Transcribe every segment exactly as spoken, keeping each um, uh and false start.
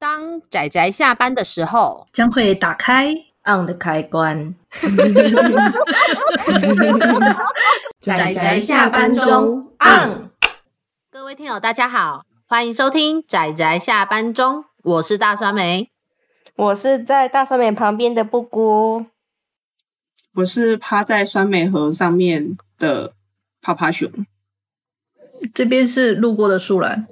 当宅宅下班的时候， 将会打开 on 的开关。 宅宅下班中 on。各位听友大家好，欢迎收听宅宅下班中，我是大酸梅， 我是在大酸梅旁边的布姑， 我是趴在酸梅河上面的趴趴熊， 这边是路过的树兰。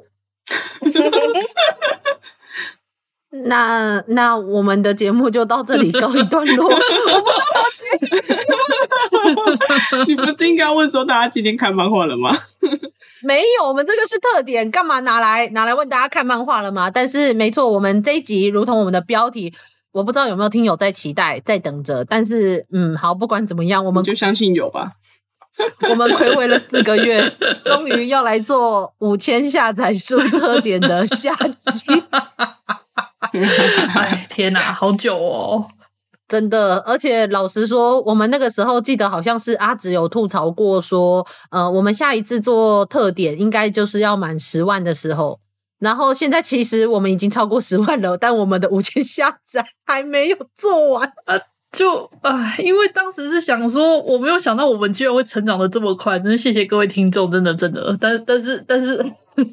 那那我们的节目就到这里告一段落。我不知道怎么接下去。 你不是应该问说大家今天看漫画了吗？ 没有，我们这个是特点，干嘛拿来拿来问大家看漫画了吗？但是没错，我们这一集如同我们的标题，我不知道有没有听友在期待在等着，但是嗯，好，不管怎么样，我们就相信有吧。 我们睽违了四个月，终于要来做五千下载数特点的下集。 哎，天哪，好久哦！ 真的，而且老实说，我们那个时候记得好像是阿直有吐槽过说，呃，我们下一次做特点应该就是要满十万的时候，然后现在其实我们已经超过十万了，但我们的五千下载还没有做完。 呃，就唉，因为当时是想说，我没有想到我们居然会成长的这么快，真是谢谢各位听众，真的真的，但但是但是，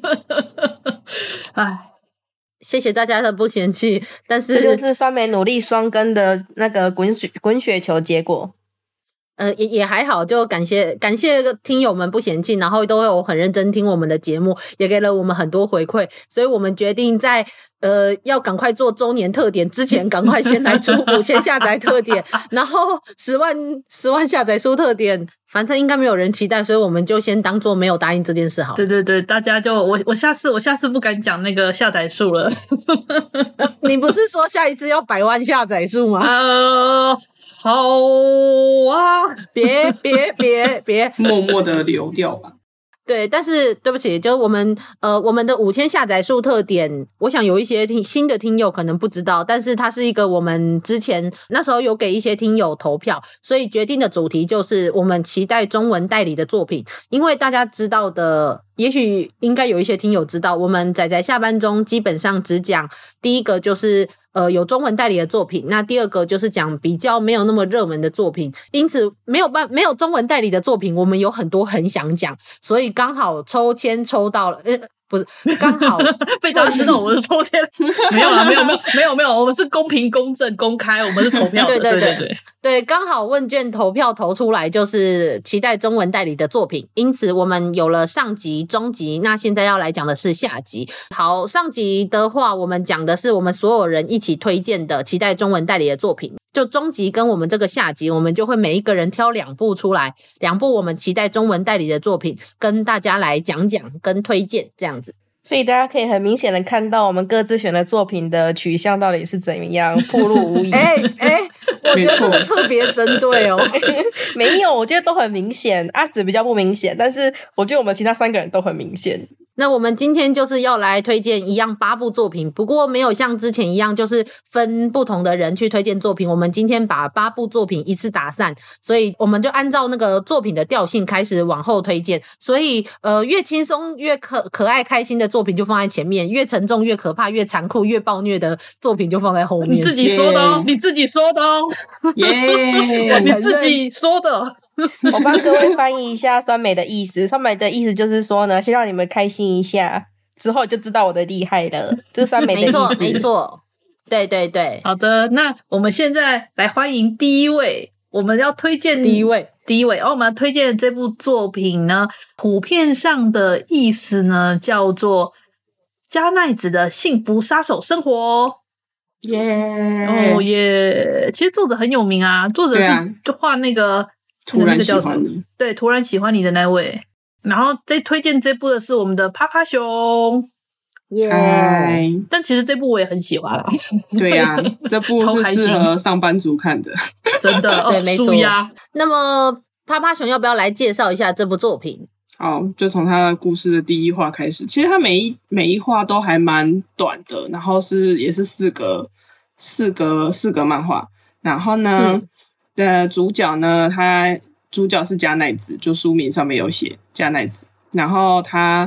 唉。 谢谢大家的不嫌弃，但是这就是酸梅努力双更的那个滚雪滚雪球结果。 呃，也也还好，就感谢感谢听友们不嫌弃，然后都有很认真听我们的节目，也给了我们很多回馈，所以我们决定在呃要赶快做周年特点之前，赶快先来出五千下载特点，然后十万十万下载数特点，反正应该没有人期待，所以我们就先当做没有答应这件事好了。 对对对，大家就我我下次我下次不敢讲那个下载数了。 你不是说下一次要百万下载数吗？ 呃。好啊， 别别别别， 默默的流掉吧。 对，但是对不起，就我们呃我们的五千下载数特点，我想有一些听新的听友可能不知道，但是它是一个我们之前那时候有给一些听友投票，所以决定的主题就是我们期待中文代理的作品，因为大家知道的。也许应该有一些听友知道，我们宅宅下班中基本上只讲第一个就是呃有中文代理的作品，那第二个就是讲比较没有那么热门的作品，因此没有办没有中文代理的作品，我们有很多很想讲，所以刚好抽签抽到了，呃不是刚好被大家知道我们是抽签，没有啦，没有没有没有没有，我们是公平公正公开，我们是投票的， 对对对对对对，刚好问卷投票投出来就是期待中文代理的作品，因此我们有了上集、中集，那现在要来讲的是下集。好，上集的话，我们讲的是我们所有人一起推荐的期待中文代理的作品。就中集跟我们这个下集，我们就会每一个人挑两部出来，两部我们期待中文代理的作品，跟大家来讲讲跟推荐这样子。 所以大家可以很明显的看到我们各自选的作品的取向到底是怎样，暴露无遗。 哎哎，我觉得这个特别针对哦。 没有，我觉得都很明显，阿紫比较不明显，但是我觉得我们其他三个人都很明显。 那我们今天就是要来推荐一样八部作品，不过没有像之前一样就是分不同的人去推荐作品，我们今天把八部作品一次打散，所以我们就按照那个作品的调性开始往后推荐，所以呃越轻松越可可爱开心的作品就放在前面，越沉重越可怕越残酷越暴虐的作品就放在后面。 你自己说的哦， yeah. 你自己说的哦， 耶、 yeah. 你自己说的。 我帮各位翻译一下酸梅的意思，酸梅的意思就是说呢，先让你们开心一下，之后就知道我的厉害了，这是酸梅的意思。 没错没错，对对对。 好的，那我们现在来欢迎第一位，我们要推荐第一位第一位，然后我们要推荐的这部作品呢，普遍上的意思呢叫做加奈子的幸福杀手生活。 耶、 yeah. 哦耶！其实作者很有名啊，作者是就画那个。 突然喜欢你， 对，突然喜欢你的那位。然后这推荐这部的是我们的趴趴熊， 耶、yeah. 但其实这部我也很喜欢啦。 对呀、啊，这部是适合上班族看的， 真的。 对， 哦、 没错。 呀那么趴趴熊要不要来介绍一下这部作品？ 好，就从他的故事的第一话开始。其实他每一每一话都还蛮短的，然后是也是四格四格四格漫画。然后呢？嗯的主角呢，他主角是加奈子，就书名上面有写加奈子。然后他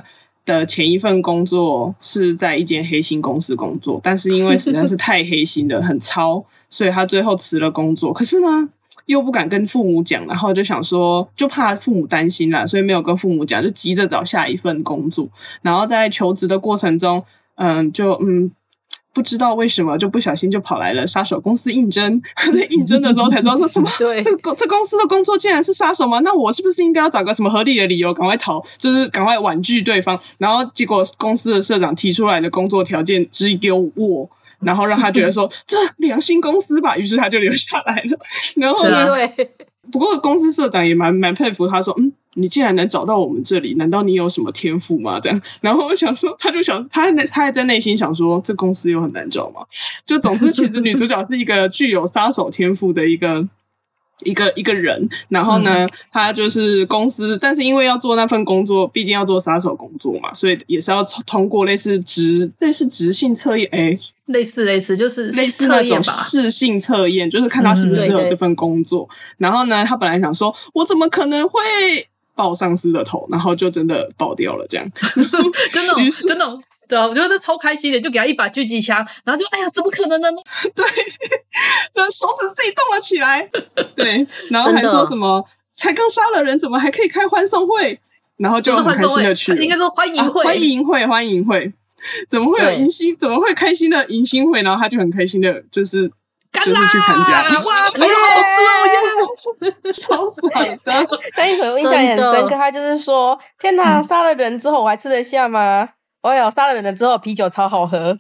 的前一份工作是在一间黑心公司工作，但是因为实在是太黑心了，很糙，所以他最后辞了工作。可是呢，又不敢跟父母讲，然后就想说，就怕父母担心啦，所以没有跟父母讲，就急着找下一份工作。然后在求职的过程中，嗯，就嗯。不知道为什么就不小心就跑来了杀手公司应征，在应征的时候才知道说什么对， 这个这公司的工作竟然是杀手吗？那我是不是应该要找个什么合理的理由赶快逃，就是赶快婉拒对方？然后结果公司的社长提出来的工作条件只有我，然后让他觉得说这良心公司吧，于是他就留下来了。然后呢， 对， 不过公司社长也蛮蛮佩服他说，嗯。你竟然能找到我们这里，难道你有什么天赋吗？这样，然后我想说，他就想，他他还在内心想说，这公司有很难找吗？就总之，其实女主角是一个具有杀手天赋的一个一个一个人，然后呢，他就是公司，但是因为要做那份工作，毕竟要做杀手工作嘛，所以也是要通过类似直类似直性测验，哎， 类似类似就是类似那种适性测验，就是看他适不适合这份工作。嗯、然后呢，他本来想说，我怎么可能会爆上司的头，然后就真的爆掉了，这样， 真的，真的。对啊，我觉得这超开心的，就给他一把狙击枪，然后就哎呀，怎么可能呢？ 对，手指自己动了起来，对，然后还说什么才刚杀了人，怎么还可以开欢送会？然后就很开心的去了， 应该说欢迎会、 啊，欢迎会，欢迎会，怎么会有迎新？怎么会开心的迎新会？然后他就很开心的，就是就是去参加， 哇，好吃哦呀， 超爽的。 那一回我印象也很深刻，他就是说，天哪，杀了人之后我还吃得下吗？哎呦，杀了人了之后啤酒超好喝。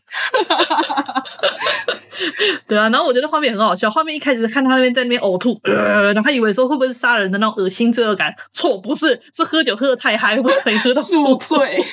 对啊，然后我觉得画面很好笑，画面一开始看他那边在那边呕吐，呃，然后他以为说会不会是杀人的那种恶心罪恶感，错，不是，是喝酒喝得太嗨，可以喝到宿醉。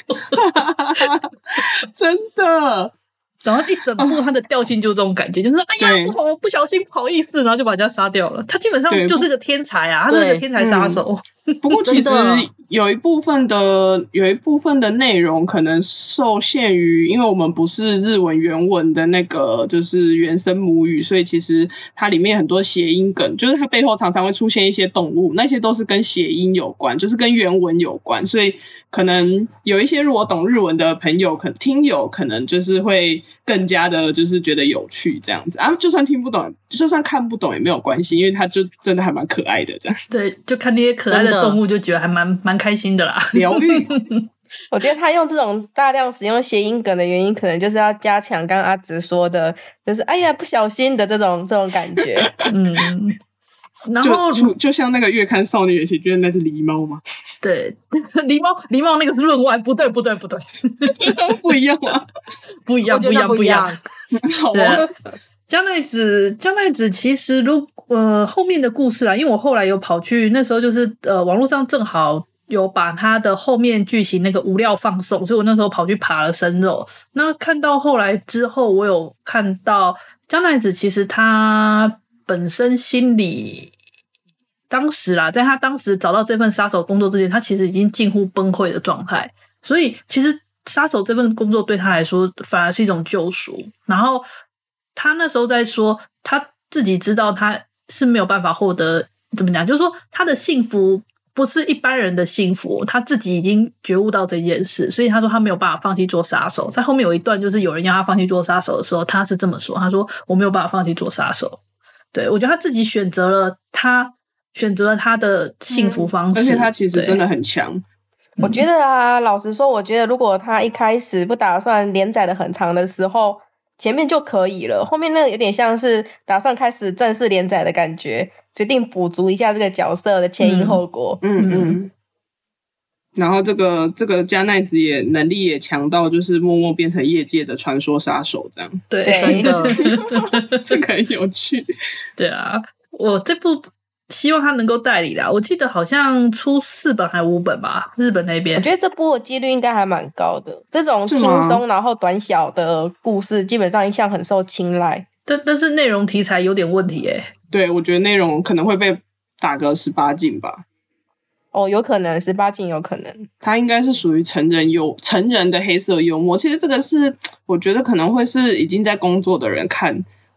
真的。 然后一整部他的调性就是这种感觉，就是哎呀不好，不小心，不好意思，然后就把人家杀掉了。他基本上就是个天才啊，他是个天才杀手。 嗯、不过其实有一部分的有一部分的内容可能受限于，因为我们不是日文原文的那个就是原生母语，所以其实它里面很多谐音梗，就是它背后常常会出现一些动物，那些都是跟谐音有关，就是跟原文有关，所以可能有一些如果懂日文的朋友，可听友可能就是会更加的，就是觉得有趣这样子啊。就算听不懂，就算看不懂也没有关系，因为它就真的还蛮可爱的这样。 对，就看那些可爱的动物，就觉得还蛮蛮开心的啦， 疗愈。 我觉得他用这种大量使用谐音梗的原因，可能就是要加强刚刚阿直说的，就是哎呀不小心的这种这种感觉。 嗯。然后就, 就, 就像那个月刊少女也写，觉得那是狸猫吗？ 对，狸猫狸猫那个是论外，不对不对不对， 不一样吗？ 不一样不一样不一样。 好啊， 江奈子江奈子其实如呃后面的故事啦，因为我后来有跑去那时候就是呃网络上正好有把他的后面剧情那个无料放送，所以我那时候跑去爬了生肉。那看到后来之后，我有看到江奈子其实他本身心里当时啦，在他当时找到这份杀手工作之前，他其实已经近乎崩溃的状态，所以其实杀手这份工作对他来说反而是一种救赎。然后他那时候在说他自己知道他是没有办法获得，怎么讲，就是说他的幸福不是一般人的幸福，他自己已经觉悟到这件事，所以他说他没有办法放弃做杀手。在后面有一段就是有人要他放弃做杀手的时候，他是这么说，他说我没有办法放弃做杀手。对，我觉得他自己选择了他选择了他的幸福方式、嗯、 而且他其实真的很强。 我觉得啊，老实说，我觉得如果他一开始不打算连载的很长的时候，前面就可以了，后面那个有点像是打算开始正式连载的感觉，决定补足一下这个角色的前因后果。 嗯 嗯, 嗯。然后这个这个加奈子也能力也强到，就是默默变成业界的传说杀手这样。 对， 真的， 这个很有趣。 对啊，我这部希望他能够代理啦。我记得好像出四本还五本吧，日本那边。 我觉得这部的几率应该还蛮高的。这种轻松然后短小的故事，基本上一向很受青睐。 但但是内容题材有点问题耶、欸。 对，我觉得内容可能会被打个十八禁吧。 哦，有可能十八禁，有可能。 它应该是属于成人幽成人的黑色幽默。其实这个是我觉得可能会是已经在工作的人看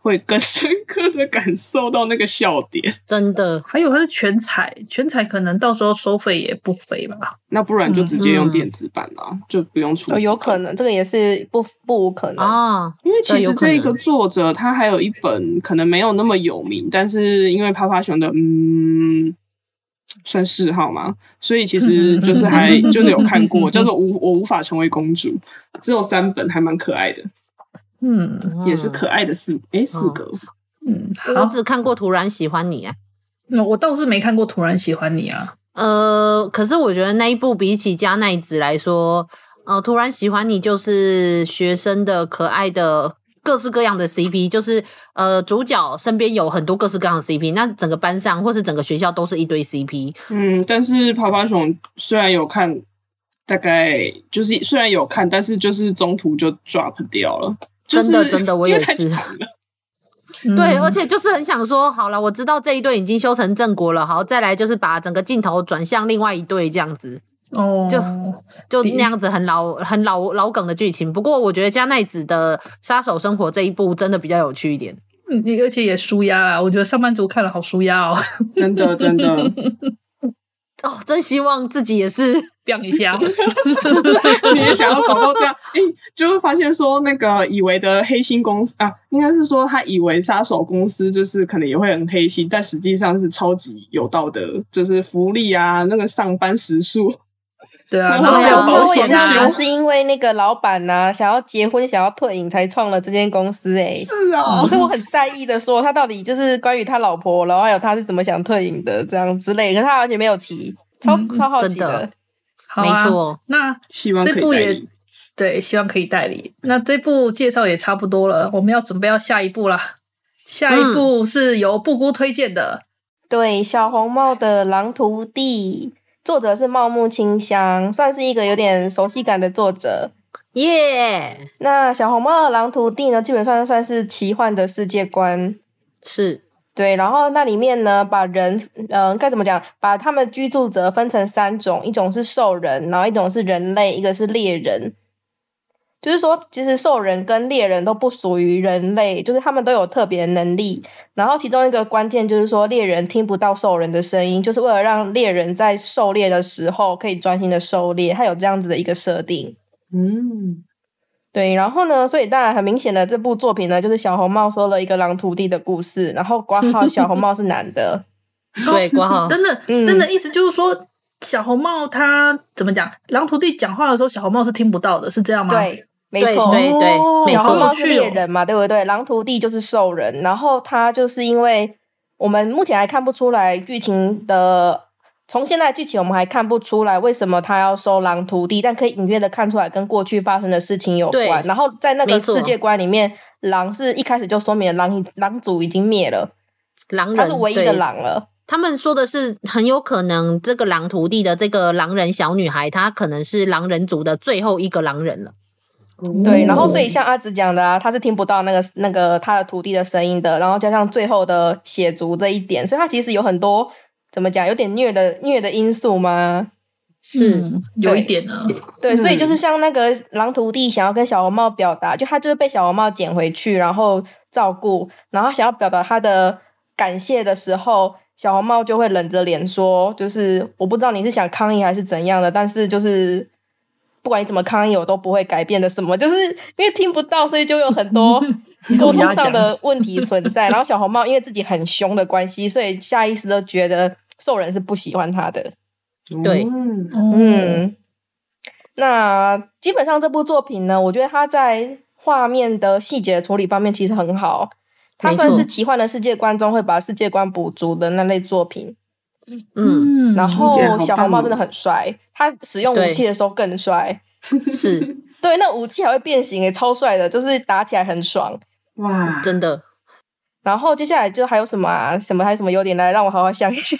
会更深刻的感受到那个笑点。 真的。 还有它是全彩，全彩可能到时候收费也不菲吧。 那不然就直接用电子版啦，嗯、就不用出、 哦。有可能，这个也是不不无可能啊。 因为其实这个作者他还有一本可能没有那么有名，但是因为趴趴熊的嗯。算嗜好嘛，所以其实就是还就是有看过，叫做无我无法成为公主，只有三本，还蛮可爱的。 嗯， 也是可爱的四诶四格。 嗯， 我只看过《突然喜欢你》啊。 那我倒是没看过《突然喜欢你》啊。 呃，可是我觉得那一部比起加奈子来说，呃，《突然喜欢你》就是学生的可爱的。各式各样的 C P， 就是呃，主角身边有很多各式各样的 C P， 那整个班上或是整个学校都是一堆 C P。 嗯，但是趴趴熊虽然有看，大概就是虽然有看，但是就是中途就 drop 掉了。就是、 真的真的，我也是。 嗯、 对，而且就是很想说，好了，我知道这一队已经修成正果了，好，再来就是把整个镜头转向另外一队这样子。 哦， 就就那样子很老很老老梗的剧情，不过我觉得加奈子的杀手生活这一部真的比较有趣一点， 嗯，而且也舒压啦。我觉得上班族看了好舒压哦， 真的真的。 哦，真希望自己也是变一下， 你也想要找到这样，哎、欸，就会发现说那个以为的黑心公司啊，应该是说他以为杀手公司就是可能也会很黑心，但实际上是超级有道德，就是福利啊，那个上班时数。 对啊， 然后还有保险这样啊， 子是因为那个老板呐、啊、想要结婚想要退隐才创了这间公司哎、欸， 是啊， 所以我很在意的说他到底就是关于他老婆，然后还有他是怎么想退隐的这样之类的，可是他完全没有提，超、嗯、超好奇的， 的好啊、 没错。 那希望可以这部也对，希望可以代理。那这部介绍也差不多了，我们要准备要下一部啦。下一部是由布姑推荐的， 嗯、对，小红帽的狼徒弟。作者是茂木清香，算是一个有点熟悉感的作者， 耶、yeah! 那小红帽的狼徒弟呢，基本上算是奇幻的世界观， 是对。然后那里面呢，把人，嗯、呃，该怎么讲？把他们居住者分成三种，一种是兽人，然后一种是人类，一个是猎人。就是说，其实兽人跟猎人都不属于人类，就是他们都有特别的能力。然后其中一个关键就是说，猎人听不到兽人的声音，就是为了让猎人在狩猎的时候可以专心的狩猎，它有这样子的一个设定。 嗯， 对。然后呢，所以当然很明显的，这部作品呢，就是小红帽收了一个狼徒弟的故事，然后括号小红帽是男的， 对，括号真的， 嗯、 真的意思就是说，小红帽他怎么讲？狼徒弟讲话的时候，小红帽是听不到的，是这样吗？ 对。没错， 对对对，没错。 小红帽是猎人嘛，对不对？狼徒弟就是兽人，然后他就是因为我们目前还看不出来剧情的，从现在的剧情我们还看不出来为什么他要收狼徒弟，但可以隐约的看出来跟过去发生的事情有关。然后在那个世界观里面，狼是一开始就说明了狼狼族已经灭了， 狼人他是唯一的狼了。 他们说的是很有可能这个狼徒弟的这个狼人小女孩，她可能是狼人族的最后一个狼人了。 对，然后所以像阿紫讲的啊，他是听不到那个那个他的徒弟的声音的，然后加上最后的血族这一点，所以他其实有很多怎么讲，有点虐的虐的因素吗？ 是、 嗯、有一点呢。 对，所以就是像那个狼徒弟想要跟小红帽表达，就他就是被小红帽捡回去，然后照顾，然后他想要表达他的感谢的时候，小红帽就会冷着脸说，就是我不知道你是想抗议还是怎样的，但是就是不管你怎么抗议我都不会改变的什么，就是因为听不到，所以就有很多沟通上的问题存在。然后小红帽因为自己很凶的关系，所以下意识都觉得兽人是不喜欢他的。 对， 嗯， 嗯，那基本上这部作品呢，我觉得它在画面的细节的处理方面其实很好，它算是奇幻的世界观中会把世界观补足的那类作品。 嗯， 然后小红帽真的很帅，他使用武器的时候更帅， 是对，那武器还会变形，也超帅的，就是打起来很爽， 哇， 真的。 然后接下来就还有什么啊？什么还有什么优点来让我好好想一想？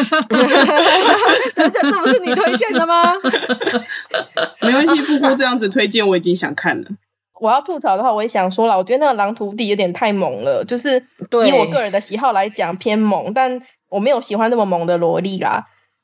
这不是你推荐的吗？ 没关系，布布这样子推荐我已经想看了。 我要吐槽的话，我也想说了，我觉得那个狼徒弟有点太猛了，就是以我个人的喜好来讲偏猛，但我没有喜欢那么猛的萝莉啦。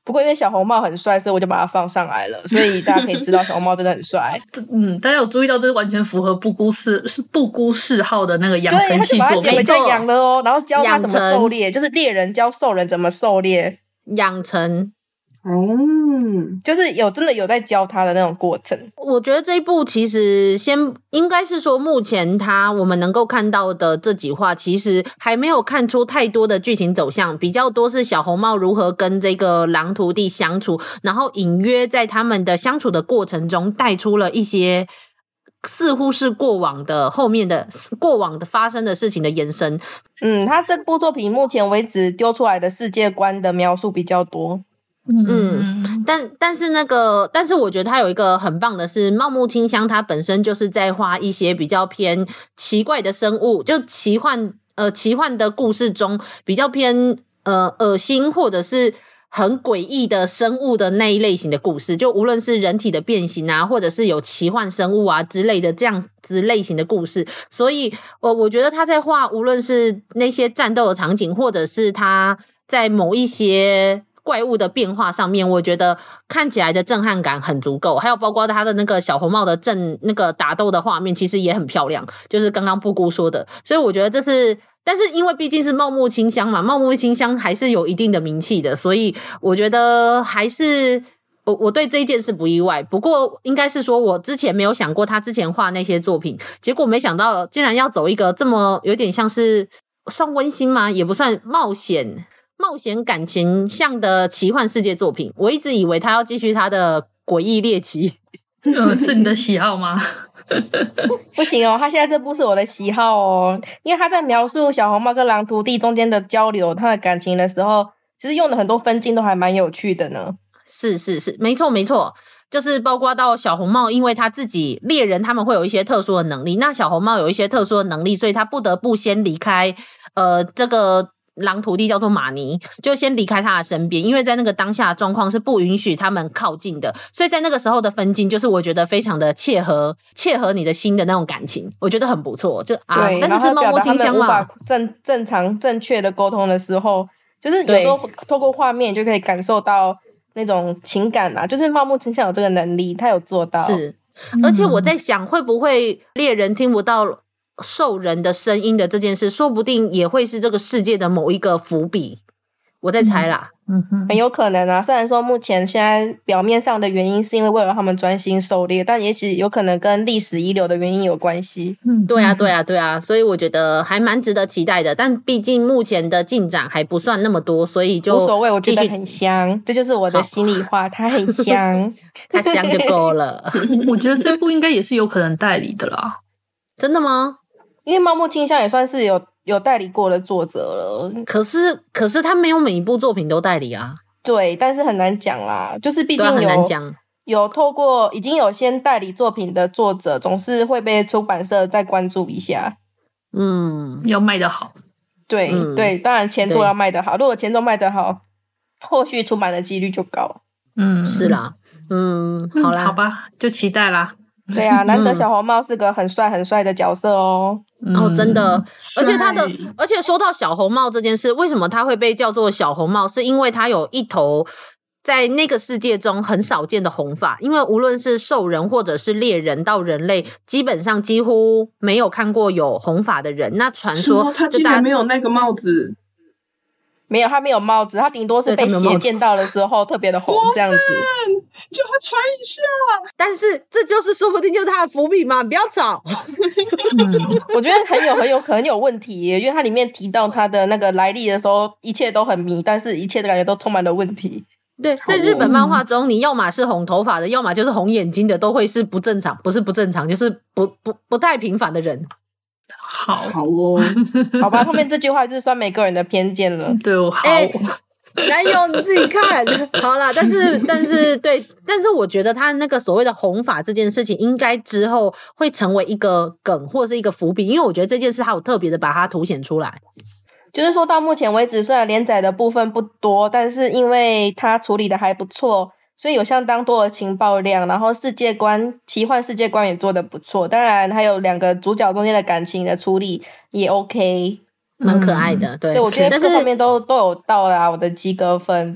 不过因为小红帽很帅，所以我就把它放上来了，所以大家可以知道小红帽真的很帅。 嗯，大家有注意到这是完全符合布姑嗜是布姑嗜好的那个养成系作品， 对，他就把它剪回养了哦，然后教他怎么狩猎，就是猎人教兽人怎么狩猎， 养成。 嗯， 就是有真的有在教他的那种过程。 我觉得这一部其实先应该是说，目前他我们能够看到的这几话，其实还没有看出太多的剧情走向，比较多是小红帽如何跟这个狼徒弟相处，然后隐约在他们的相处的过程中带出了一些似乎是过往的后面的过往的发生的事情的延伸。 嗯，他这部作品目前为止丢出来的世界观的描述比较多。 嗯，但但是那个，但是我觉得他有一个很棒的是，茂木清香他本身就是在画一些比较偏奇怪的生物，就奇幻呃奇幻的故事中比较偏呃恶心或者是很诡异的生物的那一类型的故事，就无论是人体的变形啊，或者是有奇幻生物啊之类的这样子类型的故事，所以我我觉得他在画无论是那些战斗的场景，或者是他在某一些怪物的变化上面，我觉得看起来的震撼感很足够，还有包括他的那个小红帽的阵那个打斗的画面其实也很漂亮，就是刚刚布姑说的，所以我觉得这是，但是因为毕竟是茂木清香嘛，茂木清香还是有一定的名气的，所以我觉得还是我我对这一件事不意外。不过应该是说我之前没有想过他之前画那些作品，结果没想到竟然要走一个这么有点像是算温馨吗？也不算冒险冒险感情向的奇幻世界作品，我一直以为他要继续他的诡异猎奇。 呃，是你的喜好吗？ 不行哦，他现在这部是我的喜好哦，因为他在描述小红帽跟狼徒弟中间的交流，他的感情的时候，其实用的很多分镜都还蛮有趣的呢。 是是是，没错没错，就是包括到小红帽，因为他自己猎人他们会有一些特殊的能力，那小红帽有一些特殊的能力，所以他不得不先离开呃这个狼徒弟叫做马尼，就先离开他的身边，因为在那个当下的状况是不允许他们靠近的，所以在那个时候的分镜就是我觉得非常的切合切合你的心的那种感情，我觉得很不错。就啊， 对， 但是是茂木清香嘛， 无法正正常正确的沟通的时候，就是有时候透过画面就可以感受到那种情感啊，就是茂木清香有这个能力，他有做到。 是，而且我在想，会不会猎人听不到兽人的声音的这件事，说不定也会是这个世界的某一个伏笔，我在猜啦。 嗯哼， 很有可能啊。虽然说目前现在表面上的原因是因为为了他们专心狩猎，但也许有可能跟历史遗留的原因有关系。 嗯， 对啊，对啊，对啊，所以我觉得还蛮值得期待的。但毕竟目前的进展还不算那么多，所以就无所谓，我觉得很香，这就是我的心里话，它很香， 它香就够了。 我觉得这部应该也是有可能代理的啦。 真的吗？ 因为茂木清香也算是有有代理过的作者了， 可是可是他没有每一部作品都代理啊。 对，但是很难讲啦，就是毕竟对啊， 有、 很难讲。 有透过已经有先代理作品的作者，总是会被出版社再关注一下。 嗯， 要卖得好。 对、 嗯对，当然前作要卖得好，如果前作卖得好，后续出版的几率就高。 嗯， 是啦，嗯，好啦， 好吧，就期待啦。 对啊，难得小红帽是个很帅很帅的角色哦。 哦，真的，而且他的帅， 而且说到小红帽这件事，为什么他会被叫做小红帽？是因为他有一头在那个世界中很少见的红发，因为无论是兽人或者是猎人到人类，基本上几乎没有看过有红发的人。那传说是吗他就大竟然没有那个帽子， 没有，他没有帽子，他顶多是被血对他没有帽子见到的时候特别的红这样子。 就他穿一下。 但是这就是说不定就是他的伏笔嘛，不要吵。 我觉得很有很有可能有问题耶，因为它里面提到他的那个来历的时候，一切都很迷，但是一切的感觉都充满了问题。 对，在日本漫画中，你要么是红头发的，要么就是红眼睛的，都会是不正常，不是不正常，就是不不不太平凡的人。 好， 好哦， 好吧，后面这句话就是算每个人的偏见了。 对我好。 哎哪有你自己看好啦，但是但是对，但是我觉得他那个所谓的红发这件事情，应该之后会成为一个梗或是一个伏笔，因为我觉得这件事他有特别的把它凸显出来。 就是说到目前为止，虽然连载的部分不多，但是因为它处理的还不错，所以有相当多的情报量，然后世界观奇幻世界观也做得不错，当然还有两个主角中间的感情的处理也 OK。 蛮可爱的，对对，我觉得但是各方面都都有到啦，我的及格分。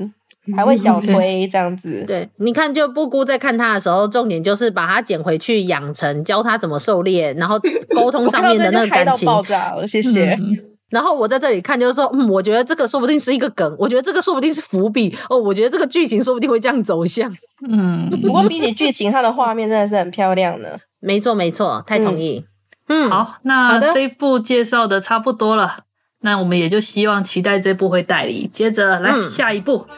还会小推这样子。 对，你看就布姑在看他的时候，重点就是把他捡回去养成，教他怎么狩猎，然后沟通上面的那个感情。 我看到这就嗨到爆炸了，谢谢。 嗯然后我在这里看就是说，嗯，我觉得这个说不定是一个梗，我觉得这个说不定是伏笔哦，我觉得这个剧情说不定会这样走向。 嗯， 不过比起剧情，它的画面真的是很漂亮的。 没错没错，太同意。嗯， 好， 好那的这一部介绍的差不多了，那我们也就希望期待这部会代理。接着来、 嗯、 下一部。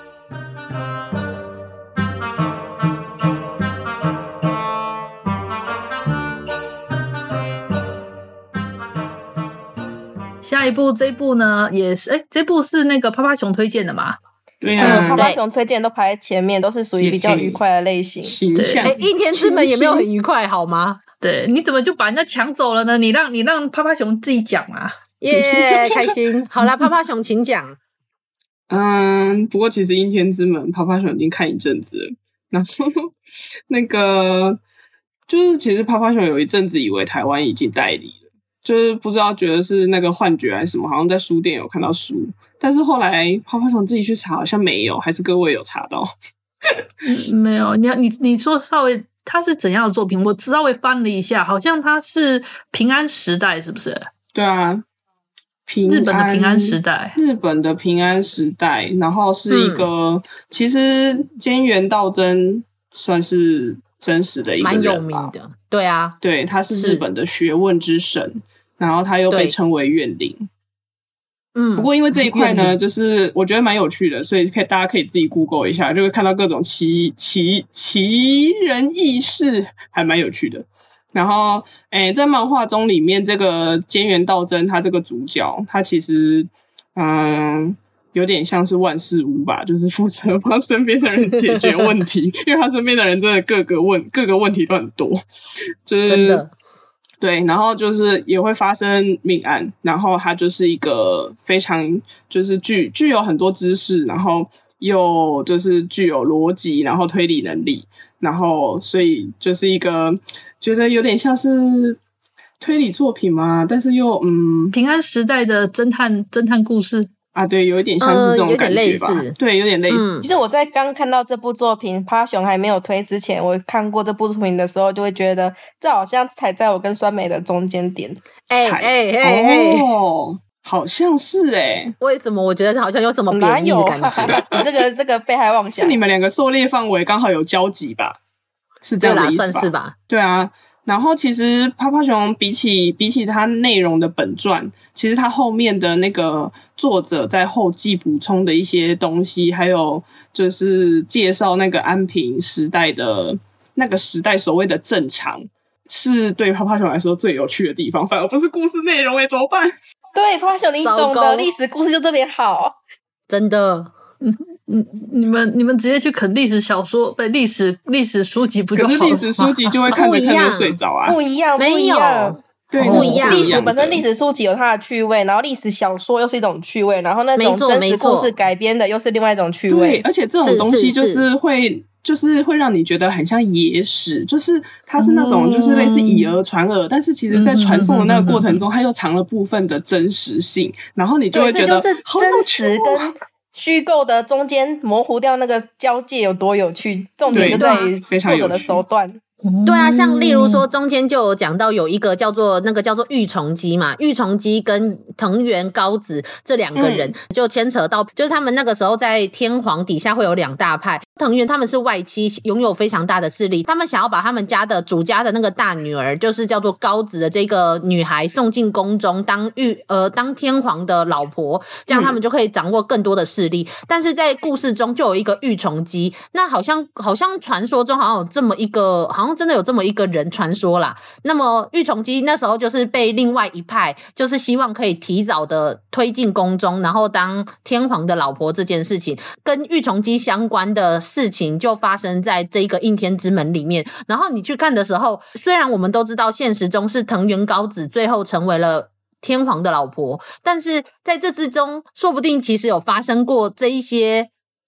下一部这一部呢，也是哎，这部是那个趴趴熊推荐的嘛？ 对呀、啊， 趴趴熊推荐都排在前面，都是属于比较愉快的类型。 形象， 哎，应天之门也没有很愉快，好吗？ 对，你怎么就把人家抢走了呢？你让你让趴趴熊自己讲嘛。 耶、yeah, 开心。好啦，趴趴熊请讲。 嗯，不过其实阴天之门趴趴熊已经看一阵子了，然后那个就是其实趴趴熊有一阵子以为台湾已经代理了，就是不知道觉得是那个幻觉还是什么，好像在书店有看到书，但是后来趴趴熊自己去查好像没有，还是各位有查到？ 嗯、没有，你你你说稍微它是怎样的作品？我稍微翻了一下，好像它是平安时代，是不是？ 对啊。平安日本的平安时代， 日本的平安时代，然后是一个，嗯、其实菅原道真算是真实的一个人吧， 蛮有名的，对啊， 对，他是日本的学问之神，然后他又被称为怨灵。嗯，不过因为这一块呢，就是我觉得蛮有趣的，所以可以大家可以自己 Google 一下，就会看到各种奇奇奇人异事，还蛮有趣的。然后，诶，在漫画中里面，这个菅原道真他这个主角，他其实，嗯，有点像是万事屋吧，就是负责帮身边的人解决问题，因为他身边的人真的各个问各个问题都很多，就是真的对，然后就是也会发生命案，然后他就是一个非常就是具具有很多知识，然后又就是具有逻辑，然后推理能力，然后所以就是一个。觉得有点像是推理作品嘛，但是又嗯， 平安时代的侦探侦探故事啊，对，有一点像是这种感觉吧，呃、对，有点类似。 嗯、其实我在刚看到这部作品趴熊还没有推之前，我看过这部作品的时候，就会觉得这好像踩在我跟酸梅的中间点。 哎哎哎哦，好像是哎、欸， 为什么我觉得好像有什么贬义的感觉？ 你这个这个被害妄想， 是你们两个狩猎范围刚好有交集吧？是这样的意思吧？ 算是吧。 对啊，然后其实趴趴熊比起比起它内容的本传，其实它后面的那个作者在后记补充的一些东西，还有就是介绍那个安平时代的那个时代所谓的正常，是对趴趴熊来说最有趣的地方，反而不是故事内容诶，怎么办？ 对，趴趴熊你懂的历史故事就特别好， 真的。 嗯嗯，你们你们直接去啃历史小说，不历史历史书籍不就好了吗？ 可是历史书籍就会看着看着睡着啊， 不一样，不一样， 对， 不一样。 历史本身历史书籍有它的趣味，然后历史小说又是一种趣味，然后那种真实故事改编的又是另外一种趣味。 对，而且这种东西就是会就是会让你觉得很像野史，就是它是那种就是类似以讹传讹，嗯、但是其实在传送的那个过程中，它又藏了部分的真实性，然后你就会觉得就是真实跟虚构的中间模糊掉那个交界有多有趣，重点就在于作者的手段。 对啊，像例如说中间就有讲到有一个叫做那个叫做玉重基嘛，玉重基跟藤原高子这两个人就牵扯到，就是他们那个时候在天皇底下会有两大派，藤原他们是外戚，拥有非常大的势力，他们想要把他们家的主家的那个大女儿，就是叫做高子的这个女孩送进宫中当玉呃当天皇的老婆，这样他们就可以掌握更多的势力。嗯、但是在故事中就有一个玉重基，那好像好像传说中好像有这么一个好像真的有这么一个人传说啦。那么玉重基那时候就是被另外一派就是希望可以提早的推进宫中，然后当天皇的老婆这件事情，跟玉重基相关的事情就发生在这个应天之门里面。然后你去看的时候，虽然我们都知道现实中是藤原高子最后成为了天皇的老婆，但是在这之中说不定其实有发生过这一些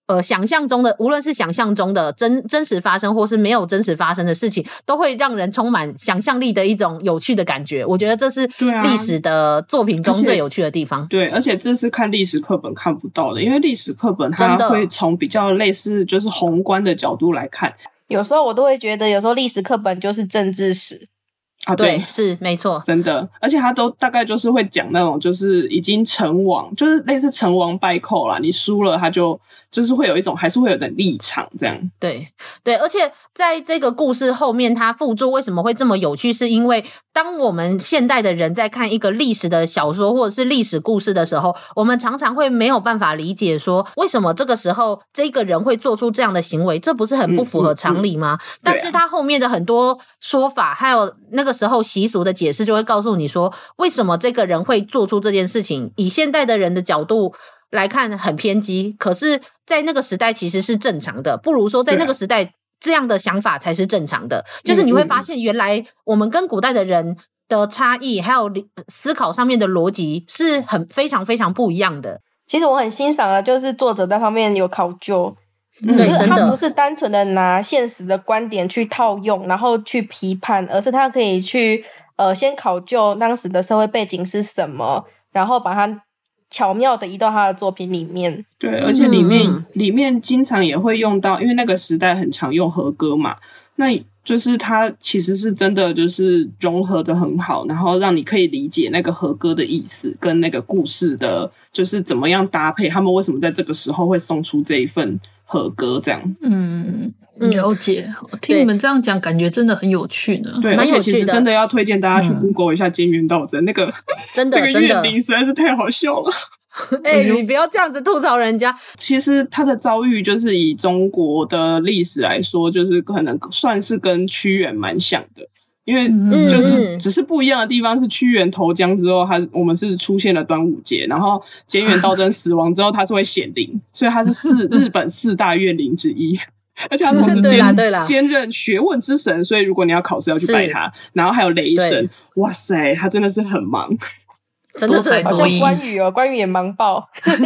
呃，想象中的，无论是想象中的真真实发生，或是没有真实发生的事情，都会让人充满想象力的一种有趣的感觉。我觉得这是历史的作品中最有趣的地方。 对，而且这是看历史课本看不到的，因为历史课本它会从比较类似就是宏观的角度来看。 有时候我都会觉得，有时候历史课本就是政治史。 啊，对， 对是没错， 真的，而且他都大概就是会讲那种，就是已经成王，就是类似成王败寇啦。你输了，他就就是会有一种，还是会有点立场这样。 对对，而且在这个故事后面，它附注为什么会这么有趣，是因为当我们现代的人在看一个历史的小说或者是历史故事的时候，我们常常会没有办法理解说，为什么这个时候这个人会做出这样的行为，这不是很不符合常理吗？嗯嗯嗯、但是他后面的很多说法，还有那个时候习俗的解释，就会告诉你说，为什么这个人会做出这件事情。以现代的人的角度来看很偏激，可是在那个时代其实是正常的，不如说在那个时代这样的想法才是正常的。就是你会发现原来我们跟古代的人的差异还有思考上面的逻辑是很非常非常不一样的。 其实我很欣赏的就是作者在方面有考究， 嗯、对，真的他不是单纯的拿现实的观点去套用然后去批判，而是他可以去呃先考究当时的社会背景是什么，然后把它巧妙的移到他的作品里面。 对，而且里面、 嗯、 里面经常也会用到，因为那个时代很常用和歌嘛，那就是它其实是真的就是融合的很好，然后让你可以理解那个和歌的意思跟那个故事的就是怎么样搭配，他们为什么在这个时候会送出这一份和歌这样。 嗯，了解。听你们这样讲感觉真的很有趣呢。 对，而且其实真的要推荐大家去 Google 一下菅原道真、嗯、那个真的那个怨灵实在是太好笑了。 哎、欸，你不要这样子吐槽人家。 其实他的遭遇就是以中国的历史来说，就是可能算是跟屈原蛮像的，因为就是只是不一样的地方是屈原投江之后，他我们是出现了端午节，然后菅原道真死亡之后，他是会显灵，所以他是四日本四大怨灵之一。而且他同时兼兼任学问之神，所以如果你要考试要去拜他，然后还有雷神，哇塞，他真的是很忙。 真的是好像关羽哦，关羽也忙爆。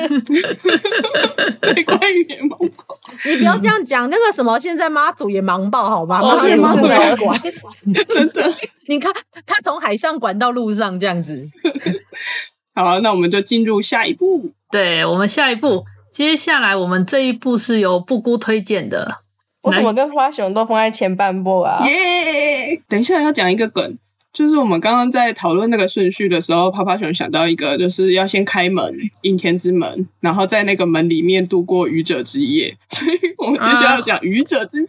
对，关羽也忙爆。 你不要这样讲，那个什么，现在妈祖也忙爆好吗？ 哦，也是妈祖也管， 真的。 你看，他从海上管到陆上这样子。 好，那我们就进入下一步。 对，我们下一步，接下来我们这一部是由布姑推荐的。 我怎么跟花熊都放在前半部啊？ 耶、yeah! 等一下要讲一个梗。就是我们刚刚在讨论那个顺序的时候，趴趴熊想到一个，就是要先开门，阴天之门，然后在那个门里面度过愚者之夜，所以我们接下来要讲愚者之夜。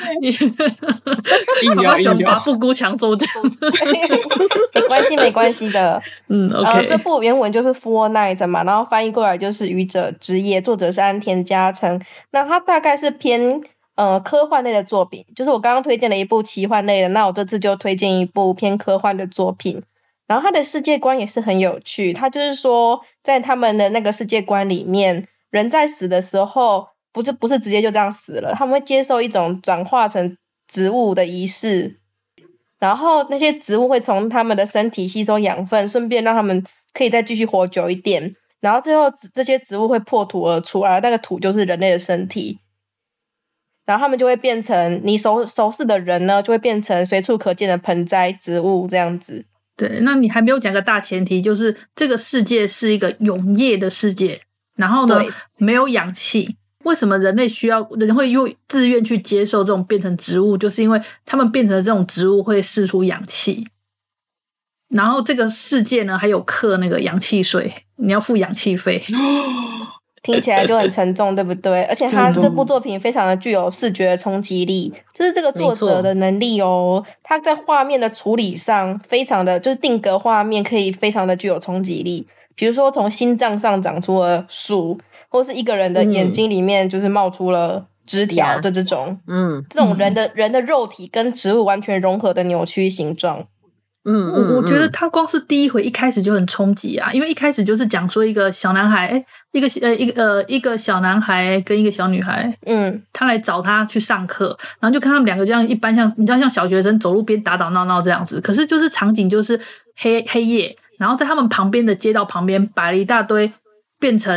趴趴熊把布姑抢走，这样没关系，没关系的。 嗯 ，OK、 呃。这部原文就是 Four Nights 嘛，然后翻译过来就是愚者之夜，作者是安田嘉诚。那它大概是偏。呃，科幻类的作品，就是我刚刚推荐了一部奇幻类的，那我这次就推荐一部偏科幻的作品。然后它的世界观也是很有趣，它就是说，在他们的那个世界观里面，人在死的时候，不是不是直接就这样死了，他们会接受一种转化成植物的仪式，然后那些植物会从他们的身体吸收养分，顺便让他们可以再继续活久一点。然后最后这些植物会破土而出，而那个土就是人类的身体。然后他们就会变成你熟熟识的人呢，就会变成随处可见的盆栽植物这样子。 对，那你还没有讲个大前提，就是这个世界是一个永夜的世界，然后呢没有氧气。为什么人类需要人会又自愿去接受这种变成植物？就是因为他们变成的这种植物会释出氧气，然后这个世界呢还有课那个氧气税，你要付氧气费。 听起来就很沉重，对不对？而且他这部作品非常的具有视觉冲击力，这是这个作者的能力哦。他在画面的处理上非常的，就是定格画面可以非常的具有冲击力。比如说从心脏上长出了树，或是一个人的眼睛里面就是冒出了枝条的这种， 嗯， 这种人的、嗯、人的肉体跟植物完全融合的扭曲形状。 嗯, 嗯，我觉得他光是第一回一开始就很冲击啊，因为一开始就是讲说一个小男孩，诶一个呃一个呃一个小男孩跟一个小女孩， 嗯， 他来找他去上课，然后就看他们两个这样一般像你知道像小学生走路边打打闹闹这样子，可是就是场景就是黑黑夜，然后在他们旁边的街道旁边摆了一大堆变成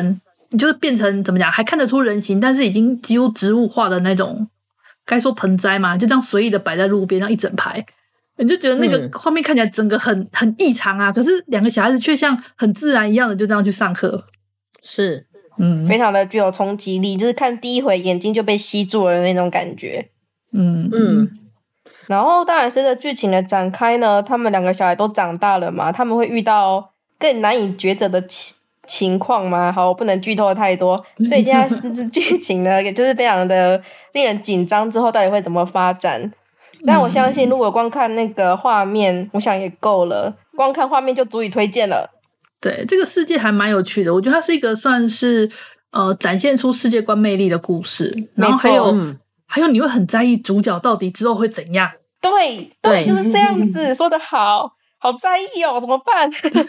就是变成怎么讲，还看得出人形，但是已经几乎植物化的那种，该说盆栽嘛，就这样随意的摆在路边，这样一整排，你就觉得那个画面看起来整个很很异常啊。可是两个小孩子却像很自然一样的就这样去上课， 是， 嗯， 非常的具有冲击力，就是看第一回眼睛就被吸住了的那种感觉。 嗯嗯。 然后当然随着剧情的展开呢，他们两个小孩都长大了嘛，他们会遇到更难以抉择的情情况吗？好，我不能剧透太多，所以接下来剧情呢，也就是非常的令人紧张，之后到底会怎么发展？但我相信，如果光看那个画面，我想也够了，光看画面就足以推荐了。 对，这个世界还蛮有趣的，我觉得它是一个算是呃展现出世界观魅力的故事，然后还有、嗯、还有你会很在意主角到底之后会怎样。 对对，就是这样子说得好。好在意哦，怎么办？